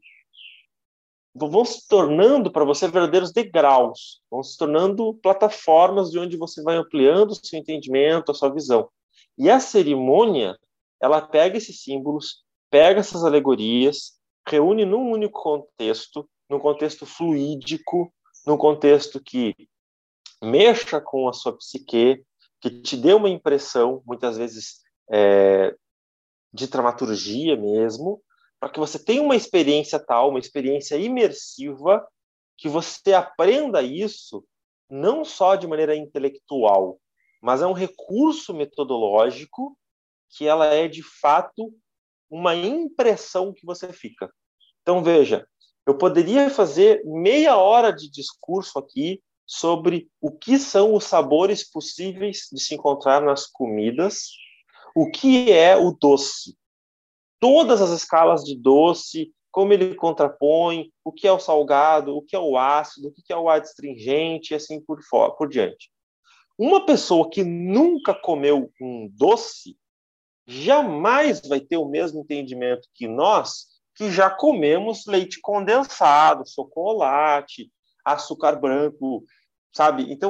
vão se tornando para você verdadeiros degraus, vão se tornando plataformas de onde você vai ampliando o seu entendimento, a sua visão. E a cerimônia, ela pega esses símbolos, pega essas alegorias, reúne num único contexto, num contexto fluídico, num contexto que mexa com a sua psique, que te dê uma impressão, muitas vezes é, de dramaturgia mesmo, para que você tenha uma experiência tal, uma experiência imersiva, que você aprenda isso não só de maneira intelectual, mas é um recurso metodológico que ela é, de fato, uma impressão que você fica. Então, veja, eu poderia fazer meia hora de discurso aqui sobre o que são os sabores possíveis de se encontrar nas comidas, o que é o doce, todas as escalas de doce, como ele contrapõe, o que é o salgado, o que é o ácido, o que é o adstringente, e assim por, fora, por diante. Uma pessoa que nunca comeu um doce jamais vai ter o mesmo entendimento que nós, que já comemos leite condensado, chocolate, açúcar branco, sabe? Então,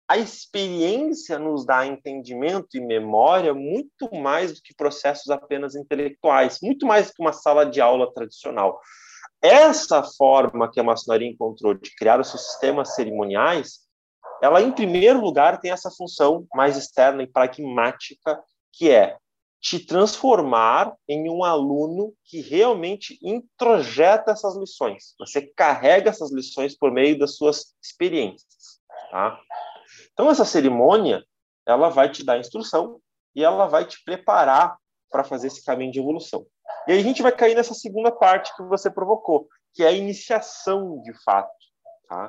a experiência nos dá entendimento e memória muito mais do que processos apenas intelectuais, muito mais do que uma sala de aula tradicional. Essa forma que a maçonaria encontrou de criar os seus sistemas cerimoniais, ela, em primeiro lugar, tem essa função mais externa e pragmática, que é te transformar em um aluno que realmente introjeta essas lições. Você carrega essas lições por meio das suas experiências, tá? Então, essa cerimônia, ela vai te dar instrução e ela vai te preparar para fazer esse caminho de evolução. E aí a gente vai cair nessa segunda parte que você provocou, que é a iniciação de fato, tá?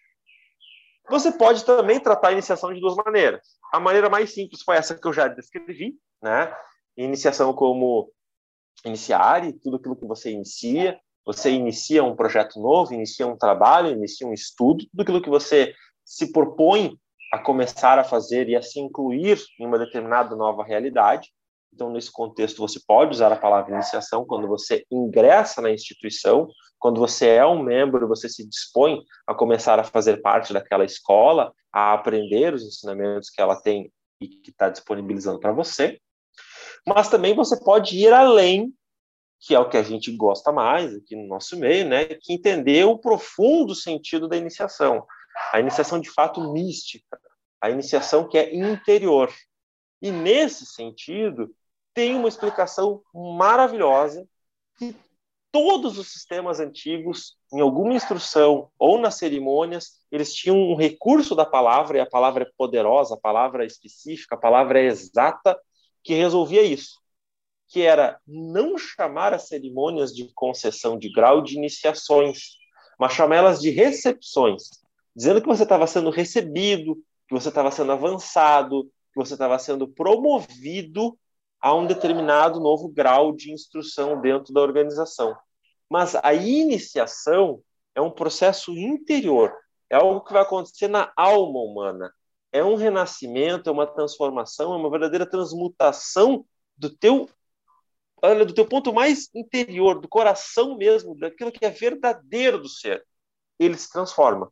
Você pode também tratar a iniciação de duas maneiras. A maneira mais simples foi essa que eu já descrevi, né? Iniciação como iniciare, tudo aquilo que você inicia. Você inicia um projeto novo, inicia um trabalho, inicia um estudo, tudo aquilo que você se propõe a começar a fazer e a se incluir em uma determinada nova realidade. Então, nesse contexto, você pode usar a palavra iniciação quando você ingressa na instituição, quando você é um membro, você se dispõe a começar a fazer parte daquela escola, a aprender os ensinamentos que ela tem e que está disponibilizando para você. Mas também você pode ir além, que é o que a gente gosta mais aqui no nosso meio, né? Que entender o profundo sentido da iniciação. A iniciação de fato mística, a iniciação que é interior. E nesse sentido, tem uma explicação maravilhosa que todos os sistemas antigos, em alguma instrução ou nas cerimônias, eles tinham um recurso da palavra, e a palavra é poderosa, a palavra é específica, a palavra é exata, que resolvia isso, que era não chamar as cerimônias de concessão de grau de iniciações, mas chamá-las de recepções, dizendo que você estava sendo recebido, que você estava sendo avançado, que você estava sendo promovido a um determinado novo grau de instrução dentro da organização. Mas a iniciação é um processo interior, é algo que vai acontecer na alma humana, é um renascimento, é uma transformação, é uma verdadeira transmutação do teu, olha, do teu ponto mais interior, do coração mesmo, daquilo que é verdadeiro do ser. Ele se transforma.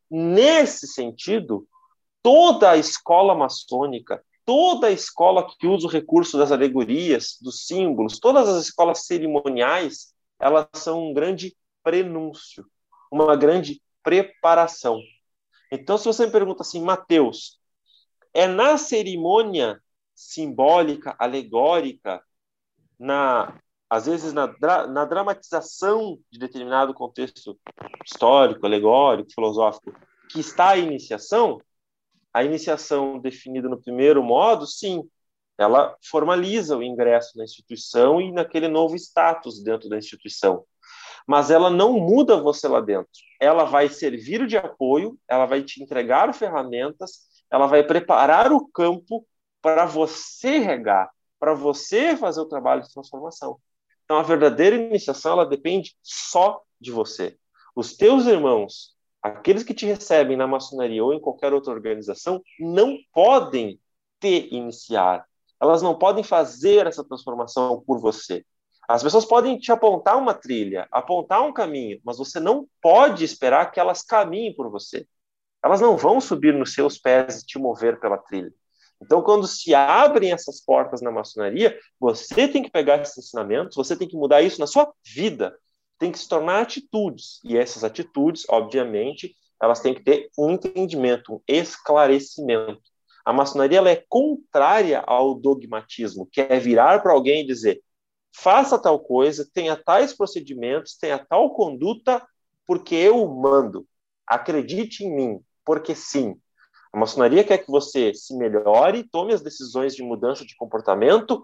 Nesse sentido, toda a escola maçônica, toda a escola que usa o recurso das alegorias, dos símbolos, todas as escolas cerimoniais, elas são um grande prenúncio, uma grande preparação. Então, se você me pergunta assim, Mateus, é na cerimônia simbólica, alegórica, na, às vezes na, na dramatização de determinado contexto histórico, alegórico, filosófico, que está a iniciação? A iniciação definida no primeiro modo, sim, ela formaliza o ingresso na instituição e naquele novo status dentro da instituição. Mas ela não muda você lá dentro. Ela vai servir de apoio, ela vai te entregar ferramentas, ela vai preparar o campo para você regar, para você fazer o trabalho de transformação. Então, a verdadeira iniciação, ela depende só de você. Os teus irmãos, aqueles que te recebem na maçonaria ou em qualquer outra organização, não podem te iniciar. Elas não podem fazer essa transformação por você. As pessoas podem te apontar uma trilha, apontar um caminho, mas você não pode esperar que elas caminhem por você. Elas não vão subir nos seus pés e te mover pela trilha. Então, quando se abrem essas portas na maçonaria, você tem que pegar esses ensinamentos, você tem que mudar isso na sua vida. Tem que se tornar atitudes. E essas atitudes, obviamente, elas têm que ter um entendimento, um esclarecimento. A maçonaria ela é contrária ao dogmatismo, que é virar para alguém e dizer: faça tal coisa, tenha tais procedimentos, tenha tal conduta, porque eu mando. Acredite em mim, porque sim. A maçonaria quer que você se melhore, tome as decisões de mudança de comportamento,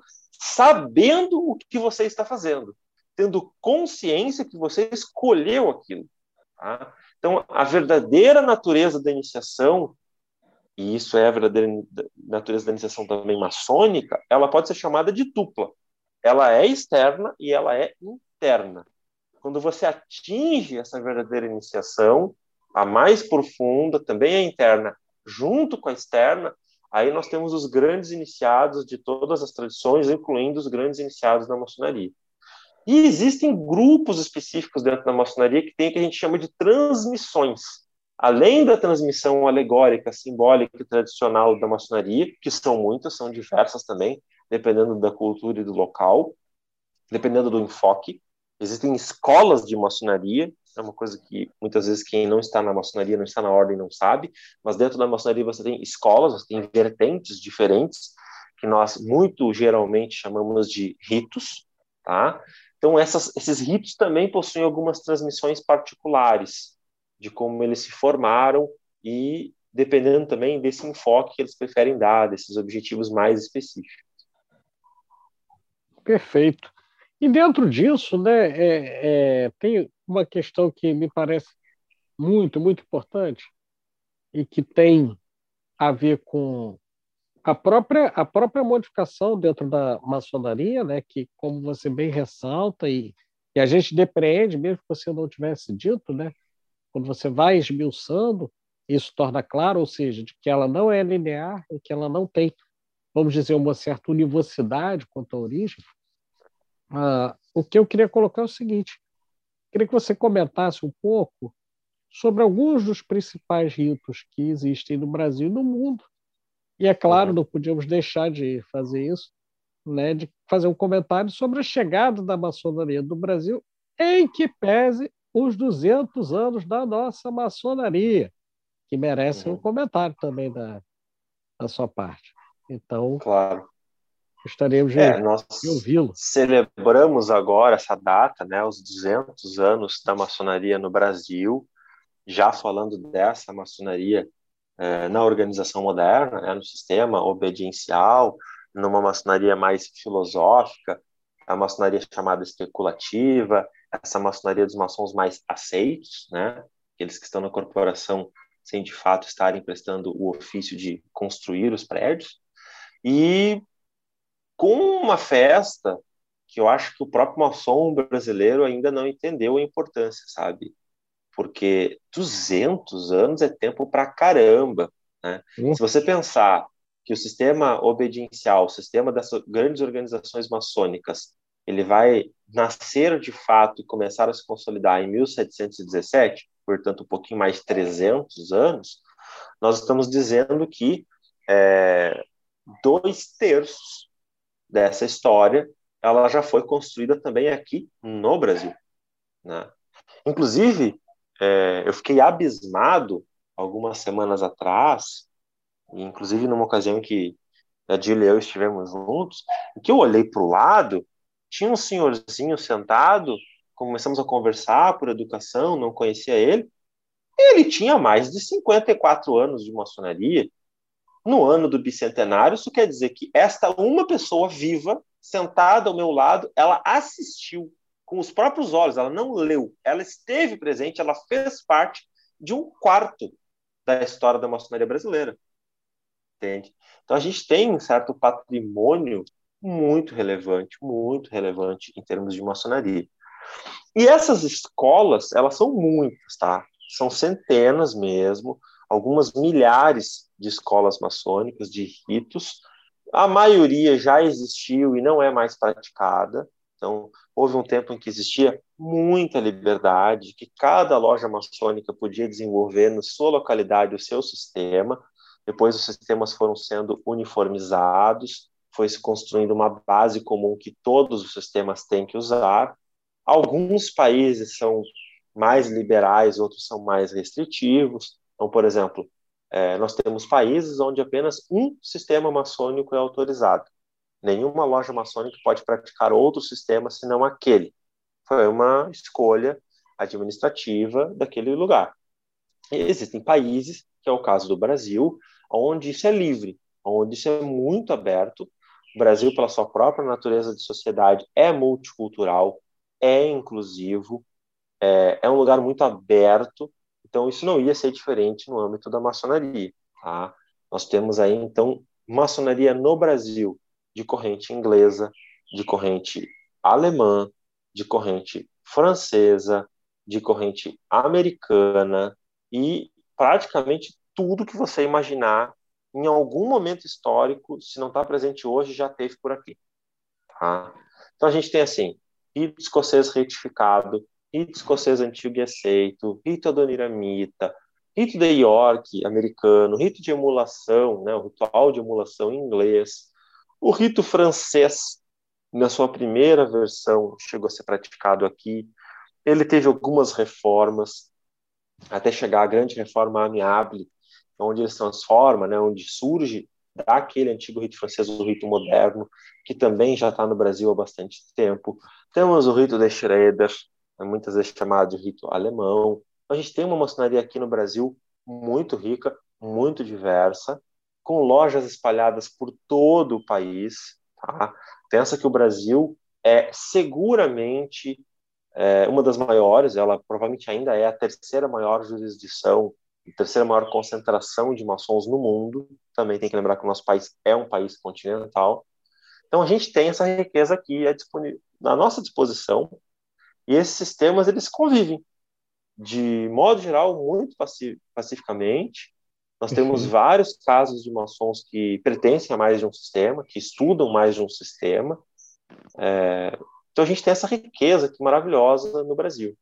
sabendo o que você está fazendo, tendo consciência que você escolheu aquilo. Tá? Então, a verdadeira natureza da iniciação, e isso é a verdadeira natureza da iniciação também maçônica, ela pode ser chamada de dupla. Ela é externa e ela é interna. Quando você atinge essa verdadeira iniciação, a mais profunda, também é interna, junto com a externa, aí nós temos os grandes iniciados de todas as tradições, incluindo os grandes iniciados da maçonaria. E existem grupos específicos dentro da maçonaria que tem o que a gente chama de transmissões. além da transmissão alegórica, simbólica e tradicional da maçonaria, que são muitas, são diversas também, dependendo da cultura e do local, dependendo do enfoque. Existem escolas de maçonaria, é uma coisa que muitas vezes quem não está na maçonaria, não está na ordem, não sabe, mas dentro da maçonaria você tem escolas, você tem vertentes diferentes, que nós muito geralmente chamamos de ritos, tá? Então essas, esses ritos também possuem algumas transmissões particulares de como eles se formaram e dependendo também desse enfoque que eles preferem dar, desses objetivos mais específicos. Perfeito. E dentro disso, né, é, é, tem uma questão que me parece muito, muito importante e que tem a ver com a própria, a própria modificação dentro da maçonaria, né, que, como você bem ressalta, e, e a gente depreende, mesmo que você não tivesse dito, né, quando você vai esmiuçando, isso torna claro, ou seja, de que ela não é linear e que ela não tem, vamos dizer, uma certa univocidade quanto à origem. Ah, o que eu queria colocar é o seguinte: queria que você comentasse um pouco sobre alguns dos principais ritos que existem no Brasil e no mundo. E, é claro, Uhum. não podíamos deixar de fazer isso, né, de fazer um comentário sobre a chegada da maçonaria do Brasil, em que pese os duzentos anos da nossa maçonaria, que merece um Uhum. comentário também da, da sua parte. Então, Claro. gostaríamos de, É, nós de ouvi-lo. celebramos agora essa data, né, os duzentos anos da maçonaria no Brasil, já falando dessa maçonaria é, na organização moderna, né, no sistema obediencial, numa maçonaria mais filosófica, a maçonaria chamada especulativa, essa maçonaria dos maçons mais aceitos, né, aqueles que estão na corporação sem de fato estarem prestando o ofício de construir os prédios, e com uma festa que eu acho que o próprio maçom brasileiro ainda não entendeu a importância, sabe? Porque duzentos anos é tempo pra caramba, né? Se você pensar que o sistema obediencial, o sistema dessas grandes organizações maçônicas, ele vai nascer de fato e começar a se consolidar em mil setecentos e dezessete, portanto um pouquinho mais de trezentos anos, nós estamos dizendo que é, dois terços dessa história ela já foi construída também aqui no Brasil, né? Inclusive, é, eu fiquei abismado algumas semanas atrás, inclusive numa ocasião que a Dília e eu estivemos juntos, em que eu olhei para o lado, tinha um senhorzinho sentado, começamos a conversar por educação, não conhecia ele, e ele tinha mais de cinquenta e quatro anos de maçonaria. No ano do bicentenário, isso quer dizer que esta uma pessoa viva, sentada ao meu lado, ela assistiu com os próprios olhos, ela não leu, ela esteve presente, ela fez parte de um quarto da história da maçonaria brasileira. Entende? Então a gente tem um certo patrimônio muito relevante, muito relevante em termos de maçonaria. E essas escolas, elas são muitas, tá? São centenas mesmo, algumas milhares de escolas maçônicas, de ritos. A maioria já existiu e não é mais praticada. Então, houve um tempo em que existia muita liberdade, que cada loja maçônica podia desenvolver na sua localidade o seu sistema. Depois os sistemas foram sendo uniformizados, foi se construindo uma base comum que todos os sistemas têm que usar. Alguns países são mais liberais, outros são mais restritivos. Então, por exemplo, é, nós temos países onde apenas um sistema maçônico é autorizado. Nenhuma loja maçônica pode praticar outro sistema senão aquele. Foi uma escolha administrativa daquele lugar. E existem países, que é o caso do Brasil, onde isso é livre, onde isso é muito aberto. O Brasil, pela sua própria natureza de sociedade, é multicultural, é inclusivo, é, é um lugar muito aberto, então isso não ia ser diferente no âmbito da maçonaria. Tá? Nós temos aí, então, maçonaria no Brasil, de corrente inglesa, de corrente alemã, de corrente francesa, de corrente americana e praticamente tudo que você imaginar em algum momento histórico, se não está presente hoje, já teve por aqui. Tá? Então a gente tem assim, rito escocês retificado, rito escocês antigo e aceito, rito adoniramita, rito de York, americano, rito de emulação, né, o ritual de emulação em inglês, o rito francês, na sua primeira versão, chegou a ser praticado aqui. Ele teve algumas reformas, até chegar à grande reforma amiable, onde ele se transforma, né, onde surge daquele antigo rito francês o rito moderno, que também já está no Brasil há bastante tempo. Temos o rito de Schroeder, muitas vezes chamado de rito alemão. A gente tem uma maçonaria aqui no Brasil muito rica, muito diversa, com lojas espalhadas por todo o país. Tá? Pensa que o Brasil é seguramente é, uma das maiores, ela provavelmente ainda é a terceira maior jurisdição, a terceira maior concentração de maçons no mundo. Também tem que lembrar que o nosso país é um país continental. Então a gente tem essa riqueza aqui é à nossa disposição, e esses sistemas eles convivem de modo geral muito pacificamente. Nós temos uhum. vários casos de maçons que pertencem a mais de um sistema, que estudam mais de um sistema. É... Então a gente tem essa riqueza aqui maravilhosa no Brasil.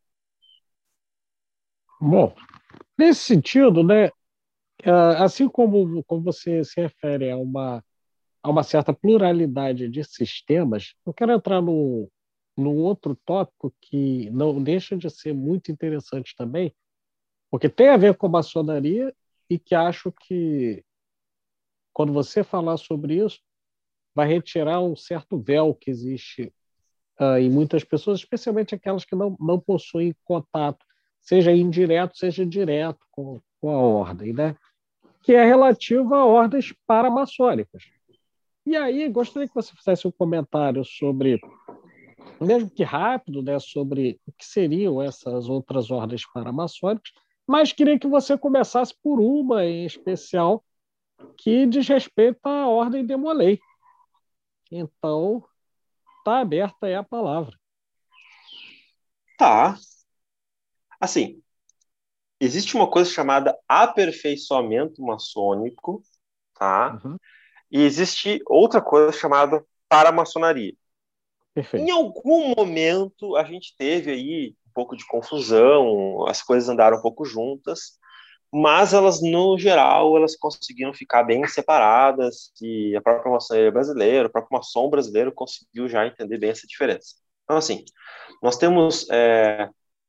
Bom, nesse sentido, né, assim como, como você se refere a uma, a uma certa pluralidade de sistemas, eu quero entrar no, num outro tópico que não deixa de ser muito interessante também, porque tem a ver com a maçonaria e que acho que, quando você falar sobre isso, vai retirar um certo véu que existe uh, em muitas pessoas, especialmente aquelas que não, não possuem contato, seja indireto, seja direto com, com a ordem, né? Que é relativa a ordens paramaçônicas. E aí, gostaria que você fizesse um comentário sobre, mesmo que rápido, né, sobre o que seriam essas outras ordens paramaçônicas, mas queria que você começasse por uma em especial que diz respeito à ordem de Molay. Então, está aberta aí a palavra. Tá. Assim, existe uma coisa chamada aperfeiçoamento maçônico, tá? Uhum. E existe outra coisa chamada paramaçonaria. Perfeito. Em algum momento a gente teve aí um pouco de confusão, as coisas andaram um pouco juntas, mas elas, no geral, elas conseguiram ficar bem separadas, e a própria maçonaria brasileira, o próprio maçom brasileiro conseguiu já entender bem essa diferença. Então, assim, nós temos é,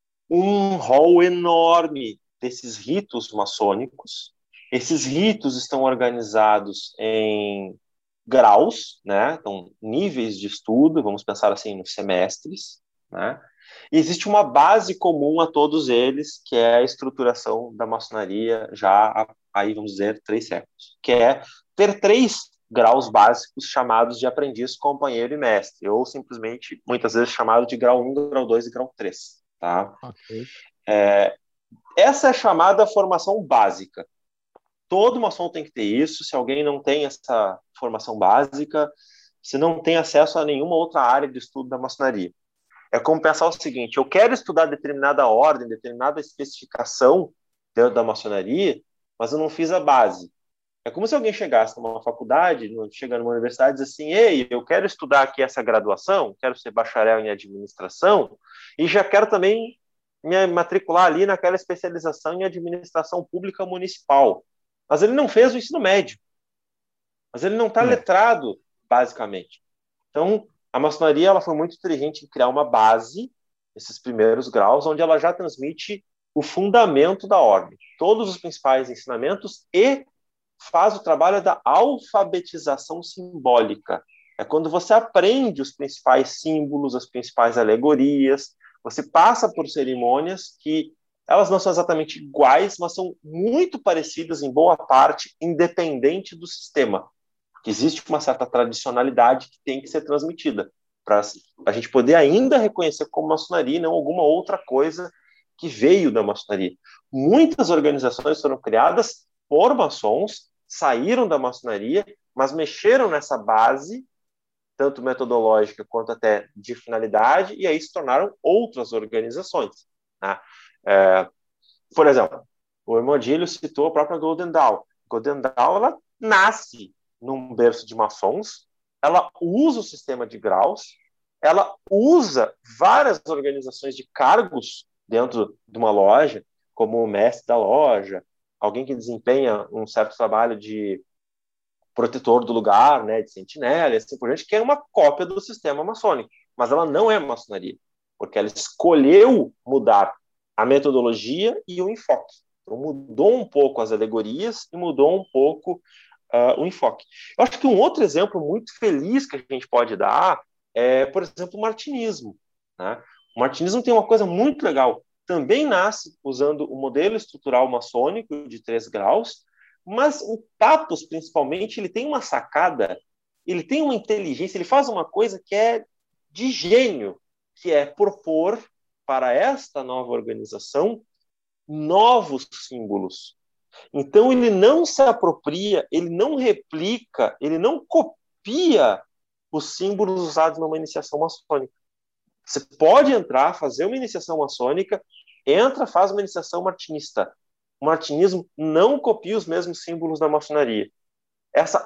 um rol enorme desses ritos maçônicos. Esses ritos estão organizados em graus, né? Então, níveis de estudo, vamos pensar assim, nos semestres, né? E existe uma base comum a todos eles, que é a estruturação da maçonaria já há, aí vamos dizer, três séculos, que é ter três graus básicos chamados de aprendiz, companheiro e mestre, ou simplesmente, muitas vezes, chamado de grau um, grau dois e grau três, tá? Okay. É, essa é a chamada formação básica. Todo maçom tem que ter isso. Se alguém não tem essa formação básica, você não tem acesso a nenhuma outra área de estudo da maçonaria. É como pensar o seguinte: eu quero estudar determinada ordem, determinada especificação dentro da maçonaria, mas eu não fiz a base. É como se alguém chegasse numa faculdade, chega numa universidade e diz assim: ei, eu quero estudar aqui essa graduação, quero ser bacharel em administração e já quero também me matricular ali naquela especialização em administração pública municipal. Mas ele não fez o ensino médio. Mas ele não está é. letrado, basicamente. Então, a maçonaria ela foi muito inteligente em criar uma base, esses primeiros graus, onde ela já transmite o fundamento da ordem, todos os principais ensinamentos, e faz o trabalho da alfabetização simbólica. É quando você aprende os principais símbolos, as principais alegorias, você passa por cerimônias que elas não são exatamente iguais, mas são muito parecidas em boa parte, independente do sistema. Que existe uma certa tradicionalidade que tem que ser transmitida para a gente poder ainda reconhecer como maçonaria e não alguma outra coisa que veio da maçonaria. Muitas organizações foram criadas por maçons, saíram da maçonaria, mas mexeram nessa base, tanto metodológica quanto até de finalidade, e aí se tornaram outras organizações, né? É, por exemplo, o Emodílio citou a própria Golden Dawn. Golden Dawn, ela nasce num berço de maçons, ela usa o sistema de graus, ela usa várias organizações de cargos dentro de uma loja, como o mestre da loja, alguém que desempenha um certo trabalho de protetor do lugar, né, de sentinela, e assim por diante, que é uma cópia do sistema maçônico, mas ela não é maçonaria, porque ela escolheu mudar a metodologia e o enfoque. Então, mudou um pouco as alegorias e mudou um pouco uh, o enfoque. Eu acho que um outro exemplo muito feliz que a gente pode dar é, por exemplo, o martinismo. Né? O martinismo tem uma coisa muito legal. Também nasce usando o modelo estrutural maçônico de três graus, mas o Papos, principalmente, ele tem uma sacada, ele tem uma inteligência, ele faz uma coisa que é de gênio, que é propor para esta nova organização novos símbolos. Então, ele não se apropria, ele não replica, ele não copia os símbolos usados numa iniciação maçônica. Você pode entrar, fazer uma iniciação maçônica, entra, faz uma iniciação martinista. O martinismo não copia os mesmos símbolos da maçonaria. Essa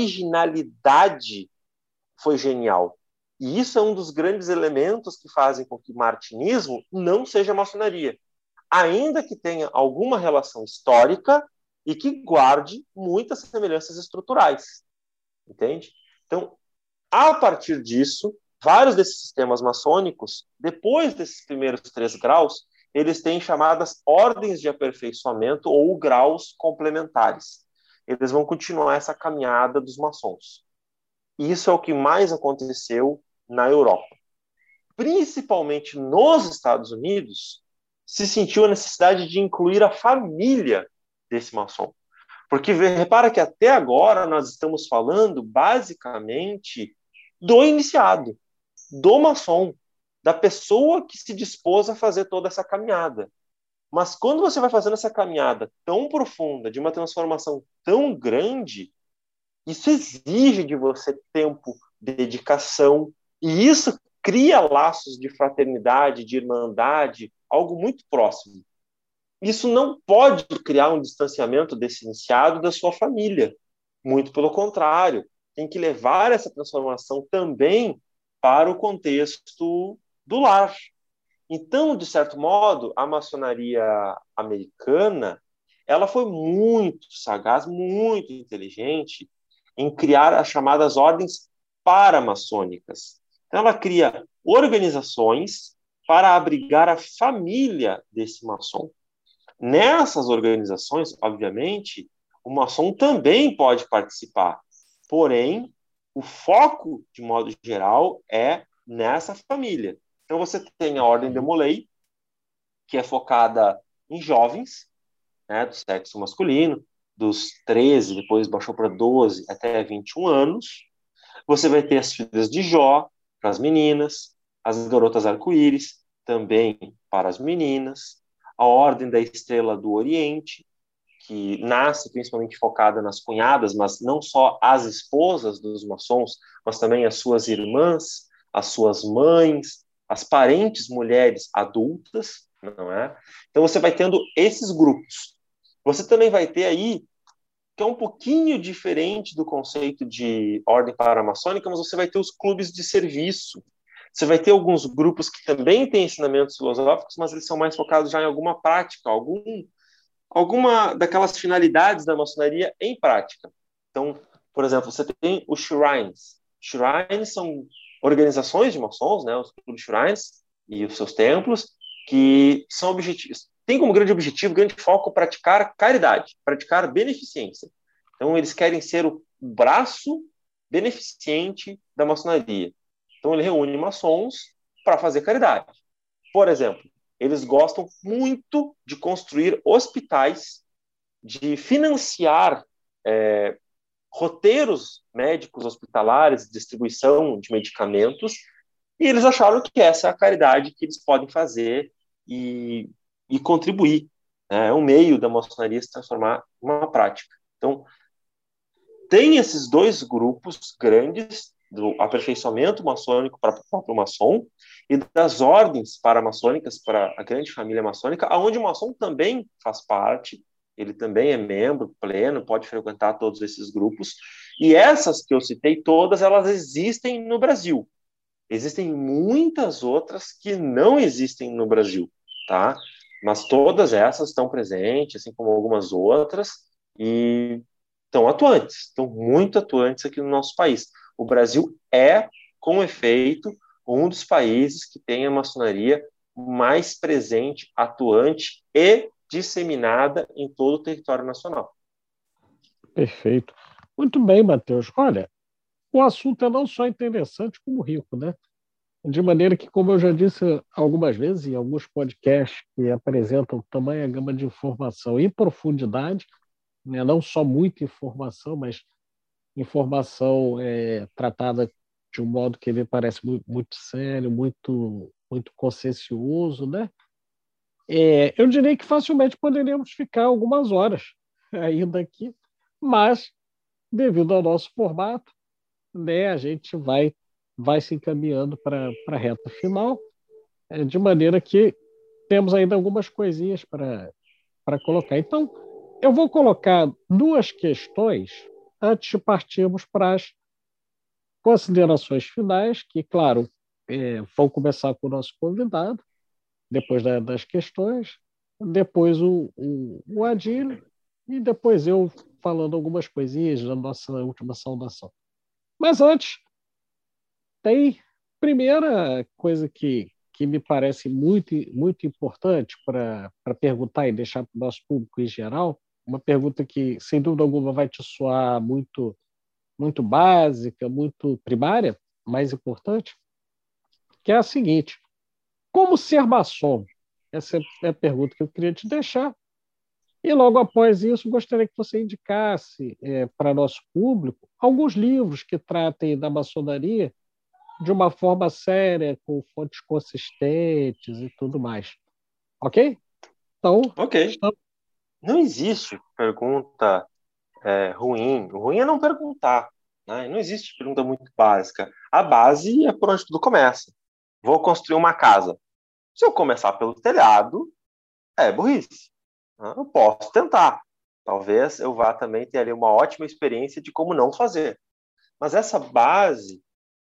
originalidade foi genial. E isso é um dos grandes elementos que fazem com que o martinismo não seja maçonaria. Ainda que tenha alguma relação histórica e que guarde muitas semelhanças estruturais. Entende? Então, a partir disso, vários desses sistemas maçônicos, depois desses primeiros três graus, eles têm chamadas ordens de aperfeiçoamento ou graus complementares. Eles vão continuar essa caminhada dos maçons. E isso é o que mais aconteceu na Europa. Principalmente nos Estados Unidos, se sentiu a necessidade de incluir a família desse maçom. Porque repara que até agora nós estamos falando basicamente do iniciado, do maçom, da pessoa que se dispôs a fazer toda essa caminhada. Mas quando você vai fazendo essa caminhada tão profunda, de uma transformação tão grande, isso exige de você tempo, dedicação, e isso cria laços de fraternidade, de irmandade, algo muito próximo. Isso não pode criar um distanciamento desse iniciado da sua família. Muito pelo contrário, tem que levar essa transformação também para o contexto do lar. Então, de certo modo, a maçonaria americana, ela foi muito sagaz, muito inteligente em criar as chamadas ordens paramaçônicas. Então, ela cria organizações para abrigar a família desse maçom. Nessas organizações, obviamente, o maçom também pode participar, porém, o foco, de modo geral, é nessa família. Então, você tem a Ordem de Molay, que é focada em jovens, né, do sexo masculino, dos treze, depois baixou para doze, até vinte e um anos. Você vai ter as filhas de Jó, para as meninas, as garotas arco-íris, também para as meninas, a Ordem da Estrela do Oriente, que nasce principalmente focada nas cunhadas, mas não só as esposas dos maçons, mas também as suas irmãs, as suas mães, as parentes mulheres adultas, não é? Então você vai tendo esses grupos. Você também vai ter aí, que é um pouquinho diferente do conceito de ordem paramaçônica, mas você vai ter os clubes de serviço. Você vai ter alguns grupos que também têm ensinamentos filosóficos, mas eles são mais focados já em alguma prática, algum, alguma daquelas finalidades da maçonaria em prática. Então, por exemplo, você tem os shrines. Shrines são organizações de maçons, né, os clubes shrines e os seus templos, que são objetivos, tem como grande objetivo, grande foco, praticar caridade, praticar beneficência. Então, eles querem ser o braço beneficente da maçonaria. Então, ele reúne maçons para fazer caridade. Por exemplo, eles gostam muito de construir hospitais, de financiar é, roteiros médicos hospitalares, distribuição de medicamentos, e eles acharam que essa é a caridade que eles podem fazer e, e contribuir. Né? É um meio da maçonaria se transformar em uma prática. Então, tem esses dois grupos grandes, do aperfeiçoamento maçônico para o próprio maçom e das ordens paramaçônicas para a grande família maçônica, onde o maçom também faz parte, ele também é membro pleno, pode frequentar todos esses grupos, e essas que eu citei, todas elas existem no Brasil. Existem muitas outras que não existem no Brasil, tá? Mas todas essas estão presentes, assim como algumas outras, e estão atuantes, estão muito atuantes aqui no nosso país. O Brasil é, com efeito, um dos países que tem a maçonaria mais presente, atuante e disseminada em todo o território nacional. Perfeito. Muito bem, Matheus. Olha, o assunto é não só interessante, como rico, né? De maneira que, como eu já disse algumas vezes em alguns podcasts que apresentam tamanha gama de informação e profundidade, né? Não só muita informação, mas informação é, tratada de um modo que me parece muito, muito sério, muito, muito consciencioso, né? É, eu diria que facilmente poderíamos ficar algumas horas ainda aqui, mas, devido ao nosso formato, né, a gente vai, vai se encaminhando para a reta final, é, de maneira que temos ainda algumas coisinhas para para colocar. Então, eu vou colocar duas questões antes de partirmos para as considerações finais, que, claro, é, vão começar com o nosso convidado, depois da, das questões, depois o, o, o Adílio, e depois eu falando algumas coisinhas da nossa última saudação. Mas antes, tem primeira coisa que, que me parece muito, muito importante para perguntar e deixar para o nosso público em geral, uma pergunta que, sem dúvida alguma, vai te soar muito, muito básica, muito primária, mais importante, que é a seguinte: como ser maçom? Essa é a pergunta que eu queria te deixar. E logo após isso, gostaria que você indicasse é, para nosso público alguns livros que tratem da maçonaria de uma forma séria, com fontes consistentes e tudo mais. Ok? Então, Ok. estamos... Não existe pergunta é, ruim. O ruim é não perguntar, né? Não existe pergunta muito básica. A base é por onde tudo começa. Vou construir uma casa. Se eu começar pelo telhado, é burrice. Né? Eu posso tentar. Talvez eu vá também ter ali uma ótima experiência de como não fazer. Mas essa base,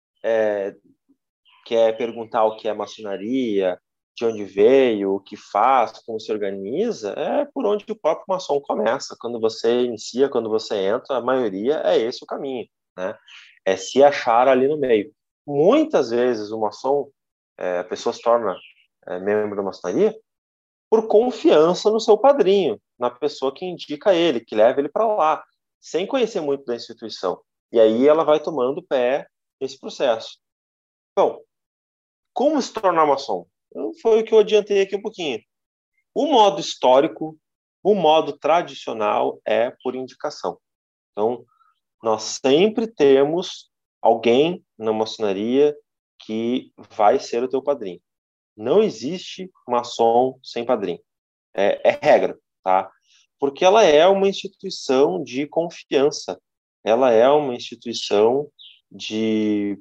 é, que é perguntar o que é maçonaria, de onde veio, o que faz, como se organiza, é por onde o próprio maçom começa. Quando você inicia, quando você entra, a maioria é esse o caminho, né? É se achar ali no meio. Muitas vezes o maçom, é, a pessoa se torna é, membro da maçonaria por confiança no seu padrinho, na pessoa que indica ele, que leva ele para lá, sem conhecer muito da instituição. E aí ela vai tomando pé nesse processo. Bom, como se tornar maçom? Foi o que eu adiantei aqui um pouquinho. O modo histórico, o modo tradicional é por indicação. Então, nós sempre temos alguém na maçonaria que vai ser o teu padrinho. Não existe maçom sem padrinho. É, é regra, tá? Porque ela é uma instituição de confiança. Ela é uma instituição de,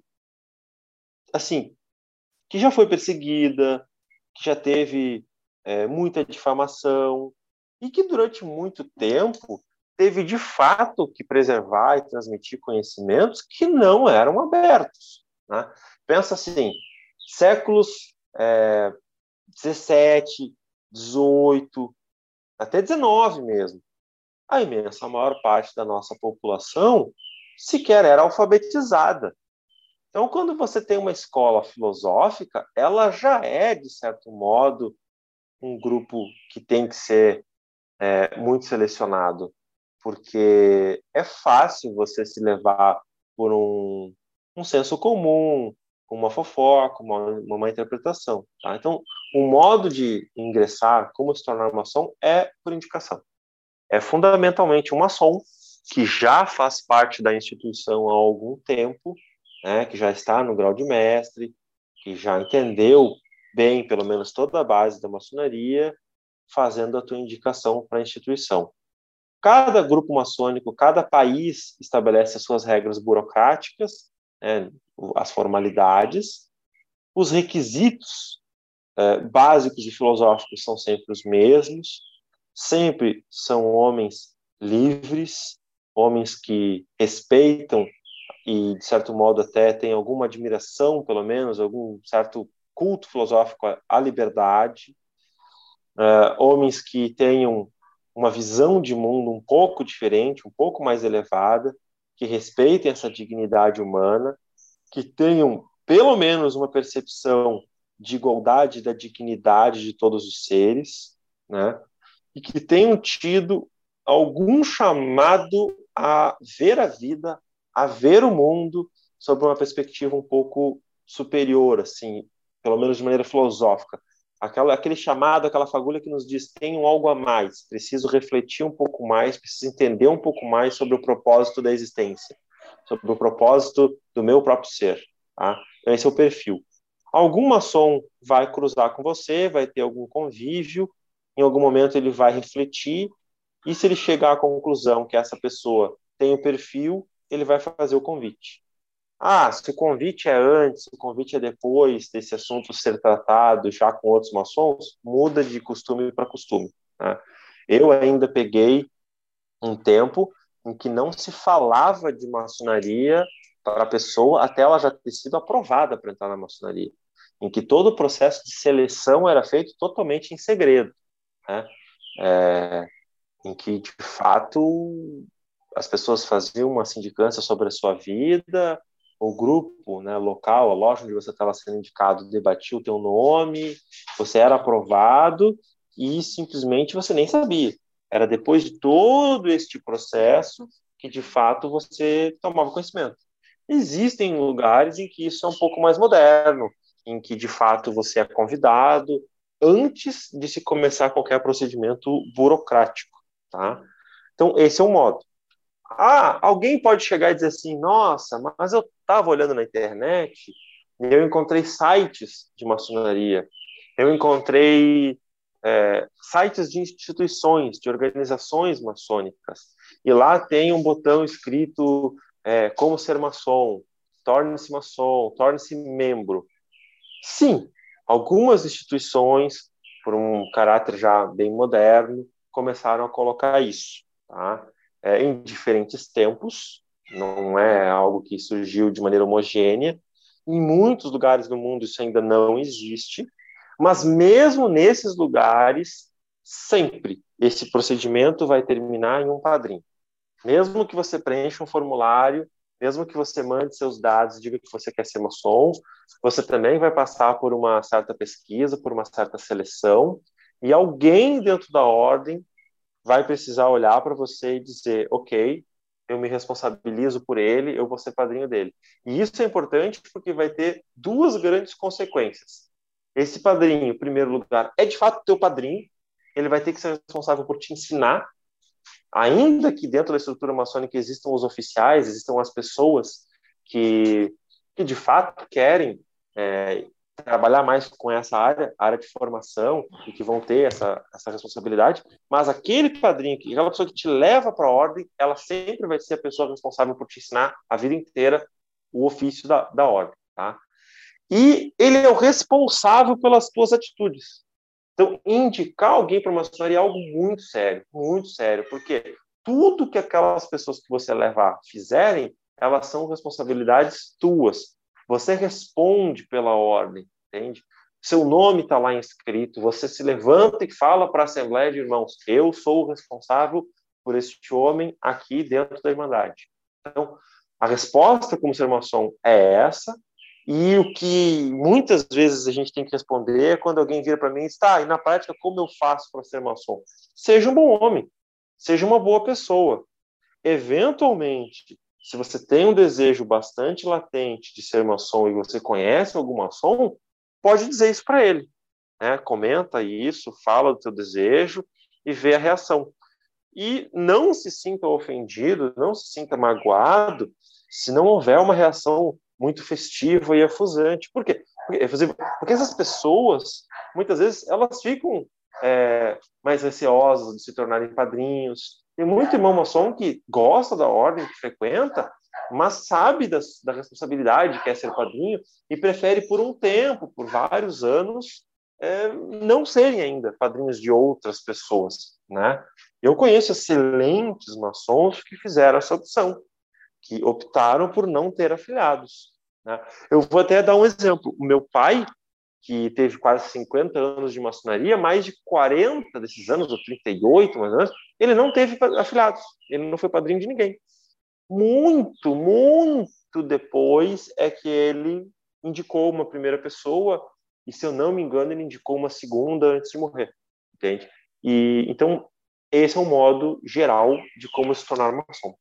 assim, que já foi perseguida, que já teve é, muita difamação e que durante muito tempo teve de fato que preservar e transmitir conhecimentos que não eram abertos, né? Pensa assim, séculos é, dezessete, dezoito, até dezenove mesmo. A imensa maior parte da nossa população sequer era alfabetizada. Então, quando você tem uma escola filosófica, ela já é, de certo modo, um grupo que tem que ser é, muito selecionado, porque é fácil você se levar por um, um senso comum, uma fofoca, uma, uma má interpretação. Tá? Então, o modo de ingressar, como se tornar maçom, é por indicação. É fundamentalmente um maçom que já faz parte da instituição há algum tempo, né, que já está no grau de mestre, que já entendeu bem, pelo menos, toda a base da maçonaria, fazendo a tua indicação para a instituição. Cada grupo maçônico, cada país estabelece as suas regras burocráticas, né, as formalidades, os requisitos eh, básicos e filosóficos são sempre os mesmos, sempre são homens livres, homens que respeitam e, de certo modo, até têm alguma admiração, pelo menos, algum certo culto filosófico à liberdade. uh, homens que tenham uma visão de mundo um pouco diferente, um pouco mais elevada, que respeitem essa dignidade humana, que tenham pelo menos uma percepção de igualdade da dignidade de todos os seres, né? E que tenham tido algum chamado a ver a vida, a ver o mundo sob uma perspectiva um pouco superior, assim, pelo menos de maneira filosófica. Aquela, aquele chamado, aquela fagulha que nos diz, tenho algo a mais, preciso refletir um pouco mais, preciso entender um pouco mais sobre o propósito da existência, sobre o propósito do meu próprio ser. Tá? Então, esse é o perfil. Algum maçom vai cruzar com você, vai ter algum convívio, em algum momento ele vai refletir, e se ele chegar à conclusão que essa pessoa tem o perfil, ele vai fazer o convite. Ah, se o convite é antes, se o convite é depois desse assunto ser tratado já com outros maçons, muda de costume para costume. Né? Eu ainda peguei um tempo em que não se falava de maçonaria para a pessoa até ela já ter sido aprovada para entrar na maçonaria, em que todo o processo de seleção era feito totalmente em segredo, né? É, em que, de fato, as pessoas faziam uma sindicância sobre a sua vida, o grupo, né, local, a loja onde você estava sendo indicado debatia o teu nome, você era aprovado e simplesmente você nem sabia. Era depois de todo este processo que, de fato, você tomava conhecimento. Existem lugares em que isso é um pouco mais moderno, em que, de fato, você é convidado antes de se começar qualquer procedimento burocrático, tá? Então, esse é um modo. Ah, alguém pode chegar e dizer assim, nossa, mas eu estava olhando na internet e eu encontrei sites de maçonaria, eu encontrei é, sites de instituições, de organizações maçônicas, e lá tem um botão escrito é, como ser maçom, torne-se maçom, torne-se membro. Sim, algumas instituições, por um caráter já bem moderno, começaram a colocar isso, tá? É, em diferentes tempos, não é algo que surgiu de maneira homogênea. Em muitos lugares do mundo isso ainda não existe, mas mesmo nesses lugares, sempre esse procedimento vai terminar em um padrinho. Mesmo que você preencha um formulário, mesmo que você mande seus dados e diga que você quer ser maçom, você também vai passar por uma certa pesquisa, por uma certa seleção, e alguém dentro da ordem vai precisar olhar para você e dizer, ok, eu me responsabilizo por ele, eu vou ser padrinho dele. E isso é importante porque vai ter duas grandes consequências. Esse padrinho, em primeiro lugar, é de fato teu padrinho, ele vai ter que ser responsável por te ensinar, ainda que dentro da estrutura maçônica existam os oficiais, existam as pessoas que, que de fato querem é, trabalhar mais com essa área, área de formação, e que vão ter essa, essa responsabilidade, mas aquele padrinho, aquela pessoa que te leva para a ordem, ela sempre vai ser a pessoa responsável por te ensinar a vida inteira o ofício da, da ordem, tá? E ele é o responsável pelas tuas atitudes. Então, indicar alguém para uma maçonaria é algo muito sério, muito sério, porque tudo que aquelas pessoas que você levar fizerem, elas são responsabilidades tuas. Você responde pela ordem, entende? Seu nome está lá inscrito, você se levanta e fala para a Assembleia de Irmãos, eu sou o responsável por este homem aqui dentro da Irmandade. Então, a resposta como ser maçom é essa, e o que muitas vezes a gente tem que responder é quando alguém vira para mim e diz, tá, e na prática como eu faço para ser maçom? Seja um bom homem, seja uma boa pessoa. Eventualmente, se você tem um desejo bastante latente de ser maçom e você conhece algum maçom, pode dizer isso para ele, né? Comenta isso, fala do teu desejo e vê a reação. E não se sinta ofendido, não se sinta magoado se não houver uma reação muito festiva e efusante. Por quê? Porque, porque essas pessoas, muitas vezes, elas ficam é, mais receosas de se tornarem padrinhos. Tem muito irmão maçom que gosta da ordem, que frequenta, mas sabe das, da responsabilidade que é ser padrinho e prefere por um tempo, por vários anos, é, não serem ainda padrinhos de outras pessoas, né? Eu conheço excelentes maçons que fizeram essa opção, que optaram por não ter afiliados, né? Eu vou até dar um exemplo. O meu pai, que teve quase cinquenta anos de maçonaria, mais de quarenta desses anos, ou trinta e oito mais ou menos, ele não teve afiliados, ele não foi padrinho de ninguém. Muito, muito depois é que ele indicou uma primeira pessoa, e se eu não me engano, ele indicou uma segunda antes de morrer, entende? E, então, esse é o modo geral de como se tornar maçom.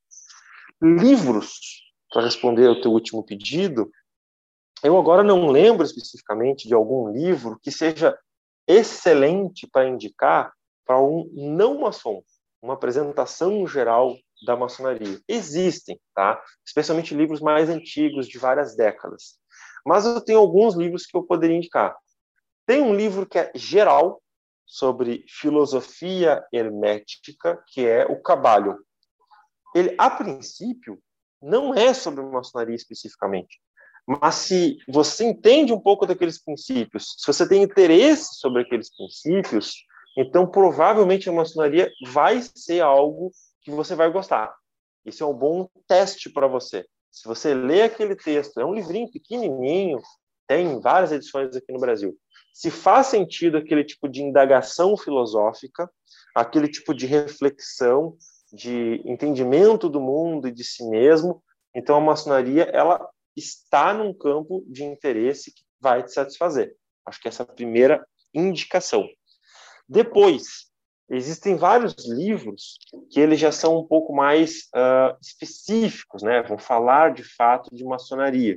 Livros, para responder ao teu último pedido, eu agora não lembro especificamente de algum livro que seja excelente para indicar para um não maçom, uma apresentação geral da maçonaria. Existem, tá? Especialmente livros mais antigos, de várias décadas. Mas eu tenho alguns livros que eu poderia indicar. Tem um livro que é geral, sobre filosofia hermética, que é o Cabalho. Ele, a princípio, não é sobre maçonaria especificamente. Mas se você entende um pouco daqueles princípios, se você tem interesse sobre aqueles princípios, então provavelmente a maçonaria vai ser algo que você vai gostar. Isso é um bom teste para você. Se você lê aquele texto, é um livrinho pequenininho, tem várias edições aqui no Brasil. Se faz sentido aquele tipo de indagação filosófica, aquele tipo de reflexão, de entendimento do mundo e de si mesmo, então a maçonaria, ela está num campo de interesse que vai te satisfazer. Acho que essa é a primeira indicação. Depois, existem vários livros que eles já são um pouco mais uh, específicos, né? Vão falar de fato de maçonaria.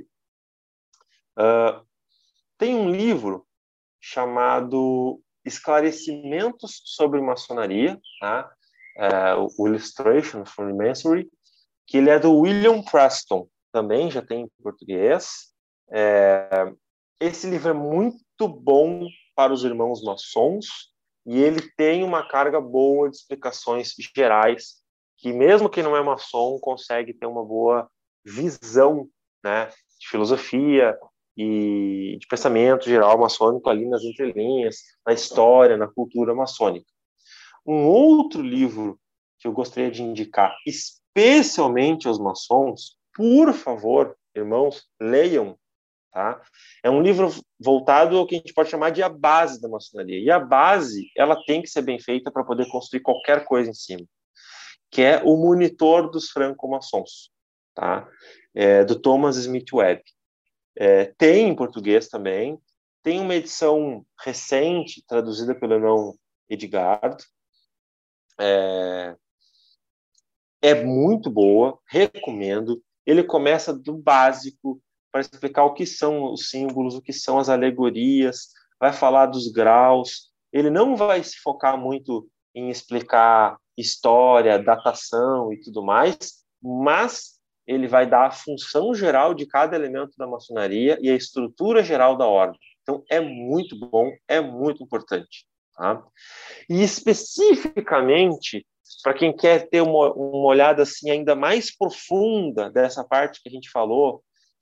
Uh, tem um livro chamado Esclarecimentos sobre Maçonaria, tá? Uh, o Illustration for Masonry, que ele é do William Preston, também já tem em português. É, esse livro é muito bom para os irmãos maçons e ele tem uma carga boa de explicações gerais que mesmo quem não é maçom consegue ter uma boa visão, né, de filosofia e de pensamento geral maçônico ali nas entrelinhas, na história, na cultura maçônica. Um outro livro que eu gostaria de indicar, especialmente aos maçons, por favor, irmãos, leiam, tá? É um livro voltado ao que a gente pode chamar de a base da maçonaria. E a base, ela tem que ser bem feita para poder construir qualquer coisa em cima, que é o Monitor dos Franco-Maçons, tá? É, do Thomas Smith Webb. É, tem em português também, tem uma edição recente, traduzida pelo irmão Edgardo. É, é muito boa, recomendo. Ele começa do básico, para explicar o que são os símbolos, o que são as alegorias, vai falar dos graus. Ele não vai se focar muito em explicar história, datação e tudo mais, mas ele vai dar a função geral de cada elemento da maçonaria e a estrutura geral da ordem. Então, é muito bom, é muito importante. Tá? E especificamente, para quem quer ter uma, uma olhada assim, ainda mais profunda dessa parte que a gente falou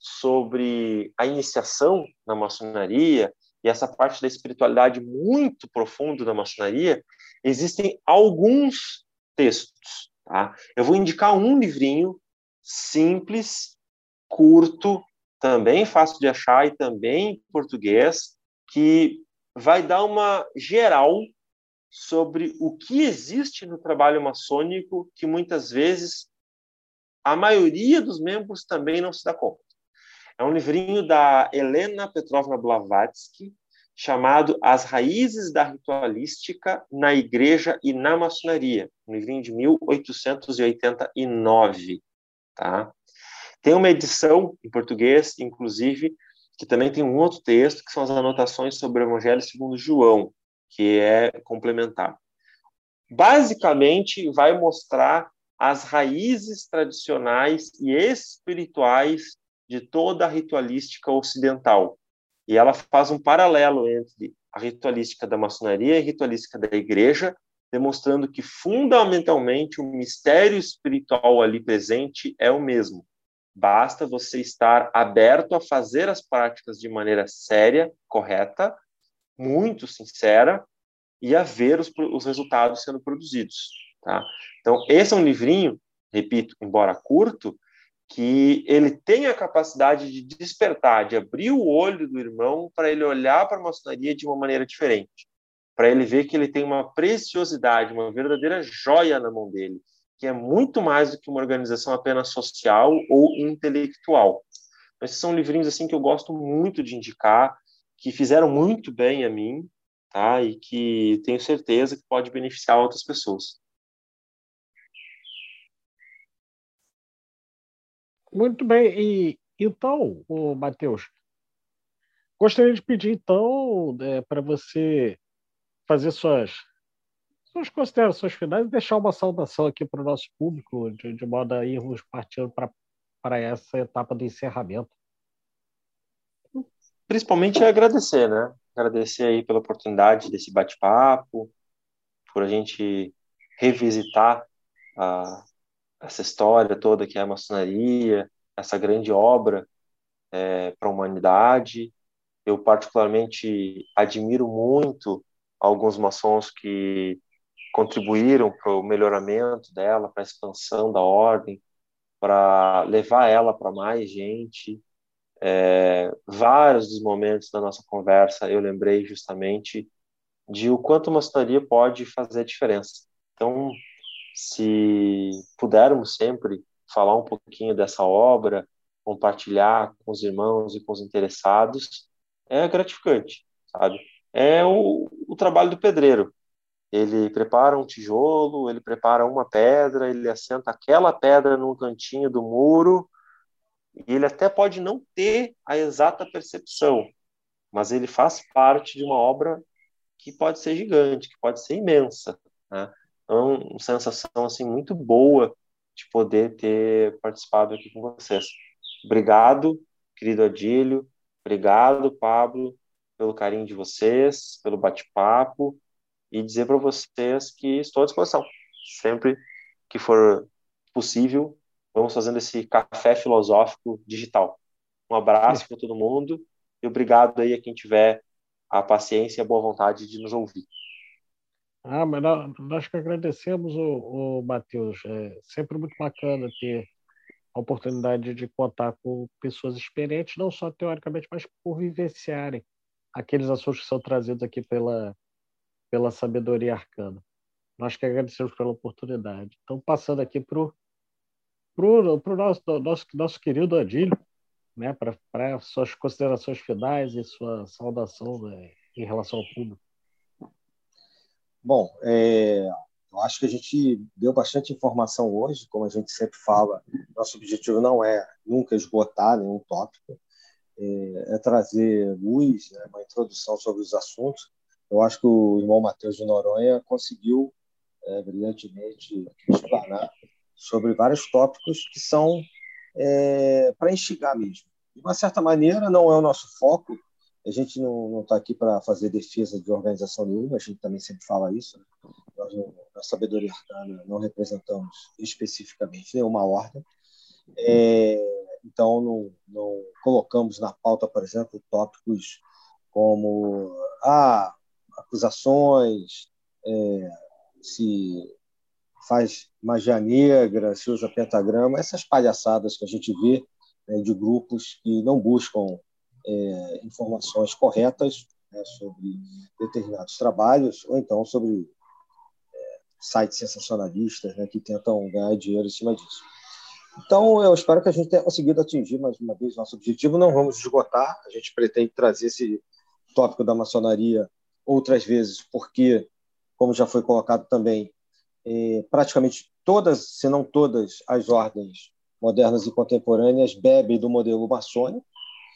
sobre a iniciação na maçonaria e essa parte da espiritualidade muito profunda da maçonaria, existem alguns textos. Tá? Eu vou indicar um livrinho simples, curto, também fácil de achar e também em português, que vai dar uma geral sobre o que existe no trabalho maçônico que muitas vezes a maioria dos membros também não se dá conta. É um livrinho da Helena Petrovna Blavatsky, chamado As Raízes da Ritualística na Igreja e na Maçonaria, um livrinho de mil oitocentos e oitenta e nove. Tá? Tem uma edição em português, inclusive, que também tem um outro texto, que são as anotações sobre o Evangelho segundo João, que é complementar. Basicamente, vai mostrar as raízes tradicionais e espirituais de toda a ritualística ocidental. E ela faz um paralelo entre a ritualística da maçonaria e a ritualística da igreja, demonstrando que, fundamentalmente, o mistério espiritual ali presente é o mesmo. Basta você estar aberto a fazer as práticas de maneira séria, correta, muito sincera, e a ver os, os resultados sendo produzidos. Tá? Então, esse é um livrinho, repito, embora curto, que ele tem a capacidade de despertar, de abrir o olho do irmão para ele olhar para a maçonaria de uma maneira diferente, para ele ver que ele tem uma preciosidade, uma verdadeira joia na mão dele, que é muito mais do que uma organização apenas social ou intelectual. Esses são livrinhos assim que eu gosto muito de indicar, que fizeram muito bem a mim, tá? E que tenho certeza que pode beneficiar outras pessoas. Muito bem. E então, o Matheus, gostaria de pedir então é, para você fazer suas suas considerações finais e deixar uma saudação aqui para o nosso público, de, de modo a irmos partindo para para essa etapa do encerramento. Principalmente agradecer, né? Agradecer aí pela oportunidade desse bate-papo, por a gente revisitar a, essa história toda que é a maçonaria, essa grande obra é, para a humanidade. Eu particularmente admiro muito alguns maçons que contribuíram para o melhoramento dela, para a expansão da ordem, para levar ela para mais gente. É, vários dos momentos da nossa conversa eu lembrei justamente de o quanto a maçonaria pode fazer diferença. Então, se pudermos sempre falar um pouquinho dessa obra, compartilhar com os irmãos e com os interessados, é gratificante, sabe? É o, o trabalho do pedreiro. Ele prepara um tijolo, ele prepara uma pedra, ele assenta aquela pedra num cantinho do muro, e ele até pode não ter a exata percepção, mas ele faz parte de uma obra que pode ser gigante, que pode ser imensa, né? Então, uma sensação assim muito boa de poder ter participado aqui com vocês. Obrigado, querido Adílio, obrigado, Pablo, pelo carinho de vocês, pelo bate-papo, e dizer para vocês que estou à disposição. Sempre que for possível, vamos fazendo esse café filosófico digital. Um abraço para todo mundo e obrigado aí a quem tiver a paciência e a boa vontade de nos ouvir. Ah, mas nós, nós que agradecemos, o, o Matheus. É sempre muito bacana ter a oportunidade de contar com pessoas experientes, não só teoricamente, mas por vivenciarem aqueles assuntos que são trazidos aqui pela, pela sabedoria arcana. Nós que agradecemos pela oportunidade. Então, passando aqui para o pro, pro nosso, nosso, nosso querido Adílio, né, para suas considerações finais e sua saudação, né, em relação ao público. Bom, é, eu acho que a gente deu bastante informação hoje, como a gente sempre fala, nosso objetivo não é nunca esgotar nenhum tópico, é, é trazer luz, né, uma introdução sobre os assuntos. Eu acho que o irmão Matheus de Noronha conseguiu é, brilhantemente explanar sobre vários tópicos que são é, para instigar mesmo. De uma certa maneira, não é o nosso foco. A gente não está aqui para fazer defesa de organização nenhuma, a gente também sempre fala isso. Né? Nós, não, na Sabedoria Arcana, não representamos especificamente nenhuma ordem. É, então, não, não colocamos na pauta, por exemplo, tópicos como ah, acusações, é, se faz magia negra, se usa pentagrama, essas palhaçadas que a gente vê, né, de grupos que não buscam é, informações corretas, né, sobre determinados trabalhos, ou então sobre é, sites sensacionalistas, né, que tentam ganhar dinheiro em cima disso. Então, eu espero que a gente tenha conseguido atingir mais uma vez nosso objetivo. Não vamos esgotar, a gente pretende trazer esse tópico da maçonaria outras vezes, porque, como já foi colocado também, é, praticamente todas, se não todas, as ordens modernas e contemporâneas bebem do modelo maçônico,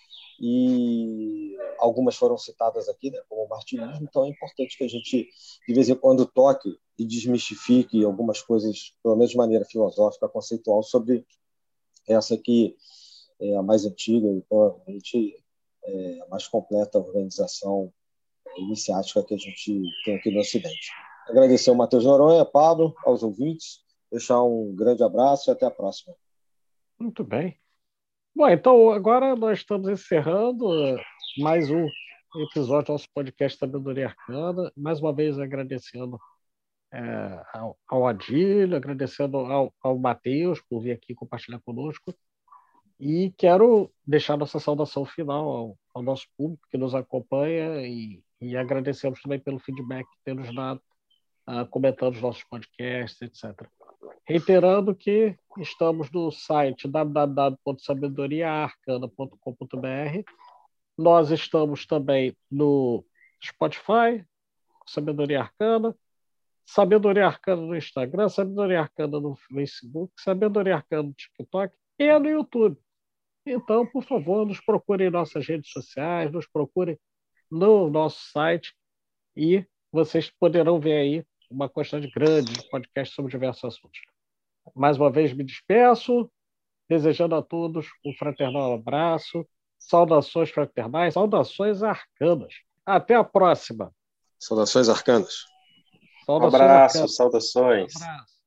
e algumas foram citadas aqui, né, como o martinismo. Então é importante que a gente, de vez em quando, toque e desmistifique algumas coisas, pelo menos de maneira filosófica, conceitual, sobre essa que é a mais antiga e provavelmente é a mais completa organização iniciática que a gente tem aqui no Ocidente. Agradecer ao Matheus Noronha, Pablo, aos ouvintes, deixar um grande abraço e até a próxima. Muito bem. Bom, então agora nós estamos encerrando mais um episódio do nosso podcast Sabedoria Arcana. Mais uma vez agradecendo é, ao, ao Adílio, agradecendo ao, ao Matheus por vir aqui compartilhar conosco. E quero deixar nossa saudação final ao, ao nosso público que nos acompanha e, e agradecemos também pelo feedback que tem nos dado, uh, comentando os nossos podcasts, etcétera. Reiterando que estamos no site w w w ponto sabedoria arcana ponto com ponto b r. Nós estamos também no Spotify, Sabedoria Arcana, Sabedoria Arcana no Instagram, Sabedoria Arcana no Facebook, Sabedoria Arcana no TikTok e no YouTube. Então, por favor, nos procurem em nossas redes sociais, nos procurem no nosso site e vocês poderão ver aí uma quantidade grande de podcasts sobre diversos assuntos. Mais uma vez, me despeço, desejando a todos um fraternal abraço, saudações fraternais, saudações arcanas. Até a próxima. Saudações arcanas. Um abraço, saudações. Um abraço.